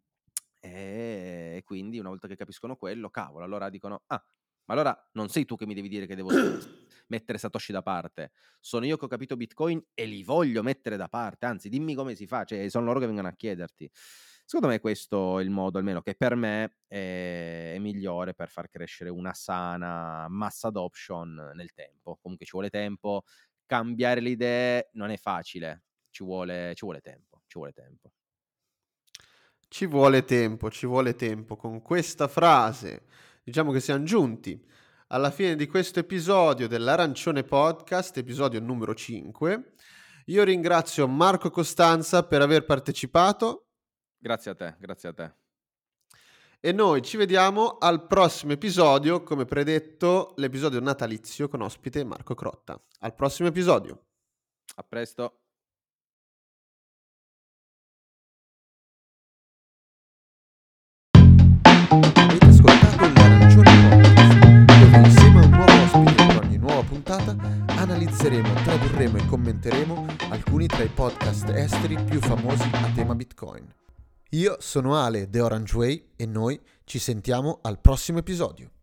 Speaker 2: e quindi una volta che capiscono quello, cavolo, allora dicono, ah, ma allora non sei tu che mi devi dire che devo mettere Satoshi da parte, sono io che ho capito Bitcoin e li voglio mettere da parte, anzi dimmi come si fa, cioè sono loro che vengono a chiederti. Secondo me questo è il modo, almeno che per me è, è migliore per far crescere una sana mass adoption nel tempo. Comunque ci vuole tempo, cambiare le idee non è facile, ci vuole, ci vuole tempo, ci vuole tempo.
Speaker 1: Ci vuole tempo, ci vuole tempo. Con questa frase, diciamo che siamo giunti alla fine di questo episodio dell'Arancione Podcast, episodio numero cinque. Io ringrazio Marco Costanza per aver partecipato.
Speaker 2: Grazie a te, grazie a te.
Speaker 1: E noi ci vediamo al prossimo episodio, come predetto, l'episodio natalizio con ospite Marco Crotta. Al prossimo episodio.
Speaker 2: A presto.
Speaker 1: Avete ascoltato l'Arancione Podcast, dove insieme a un nuovo ospite per ogni nuova puntata analizzeremo, tradurremo e commenteremo alcuni tra i podcast esteri più famosi a tema Bitcoin. Io sono Ale The Orange Way e noi ci sentiamo al prossimo episodio.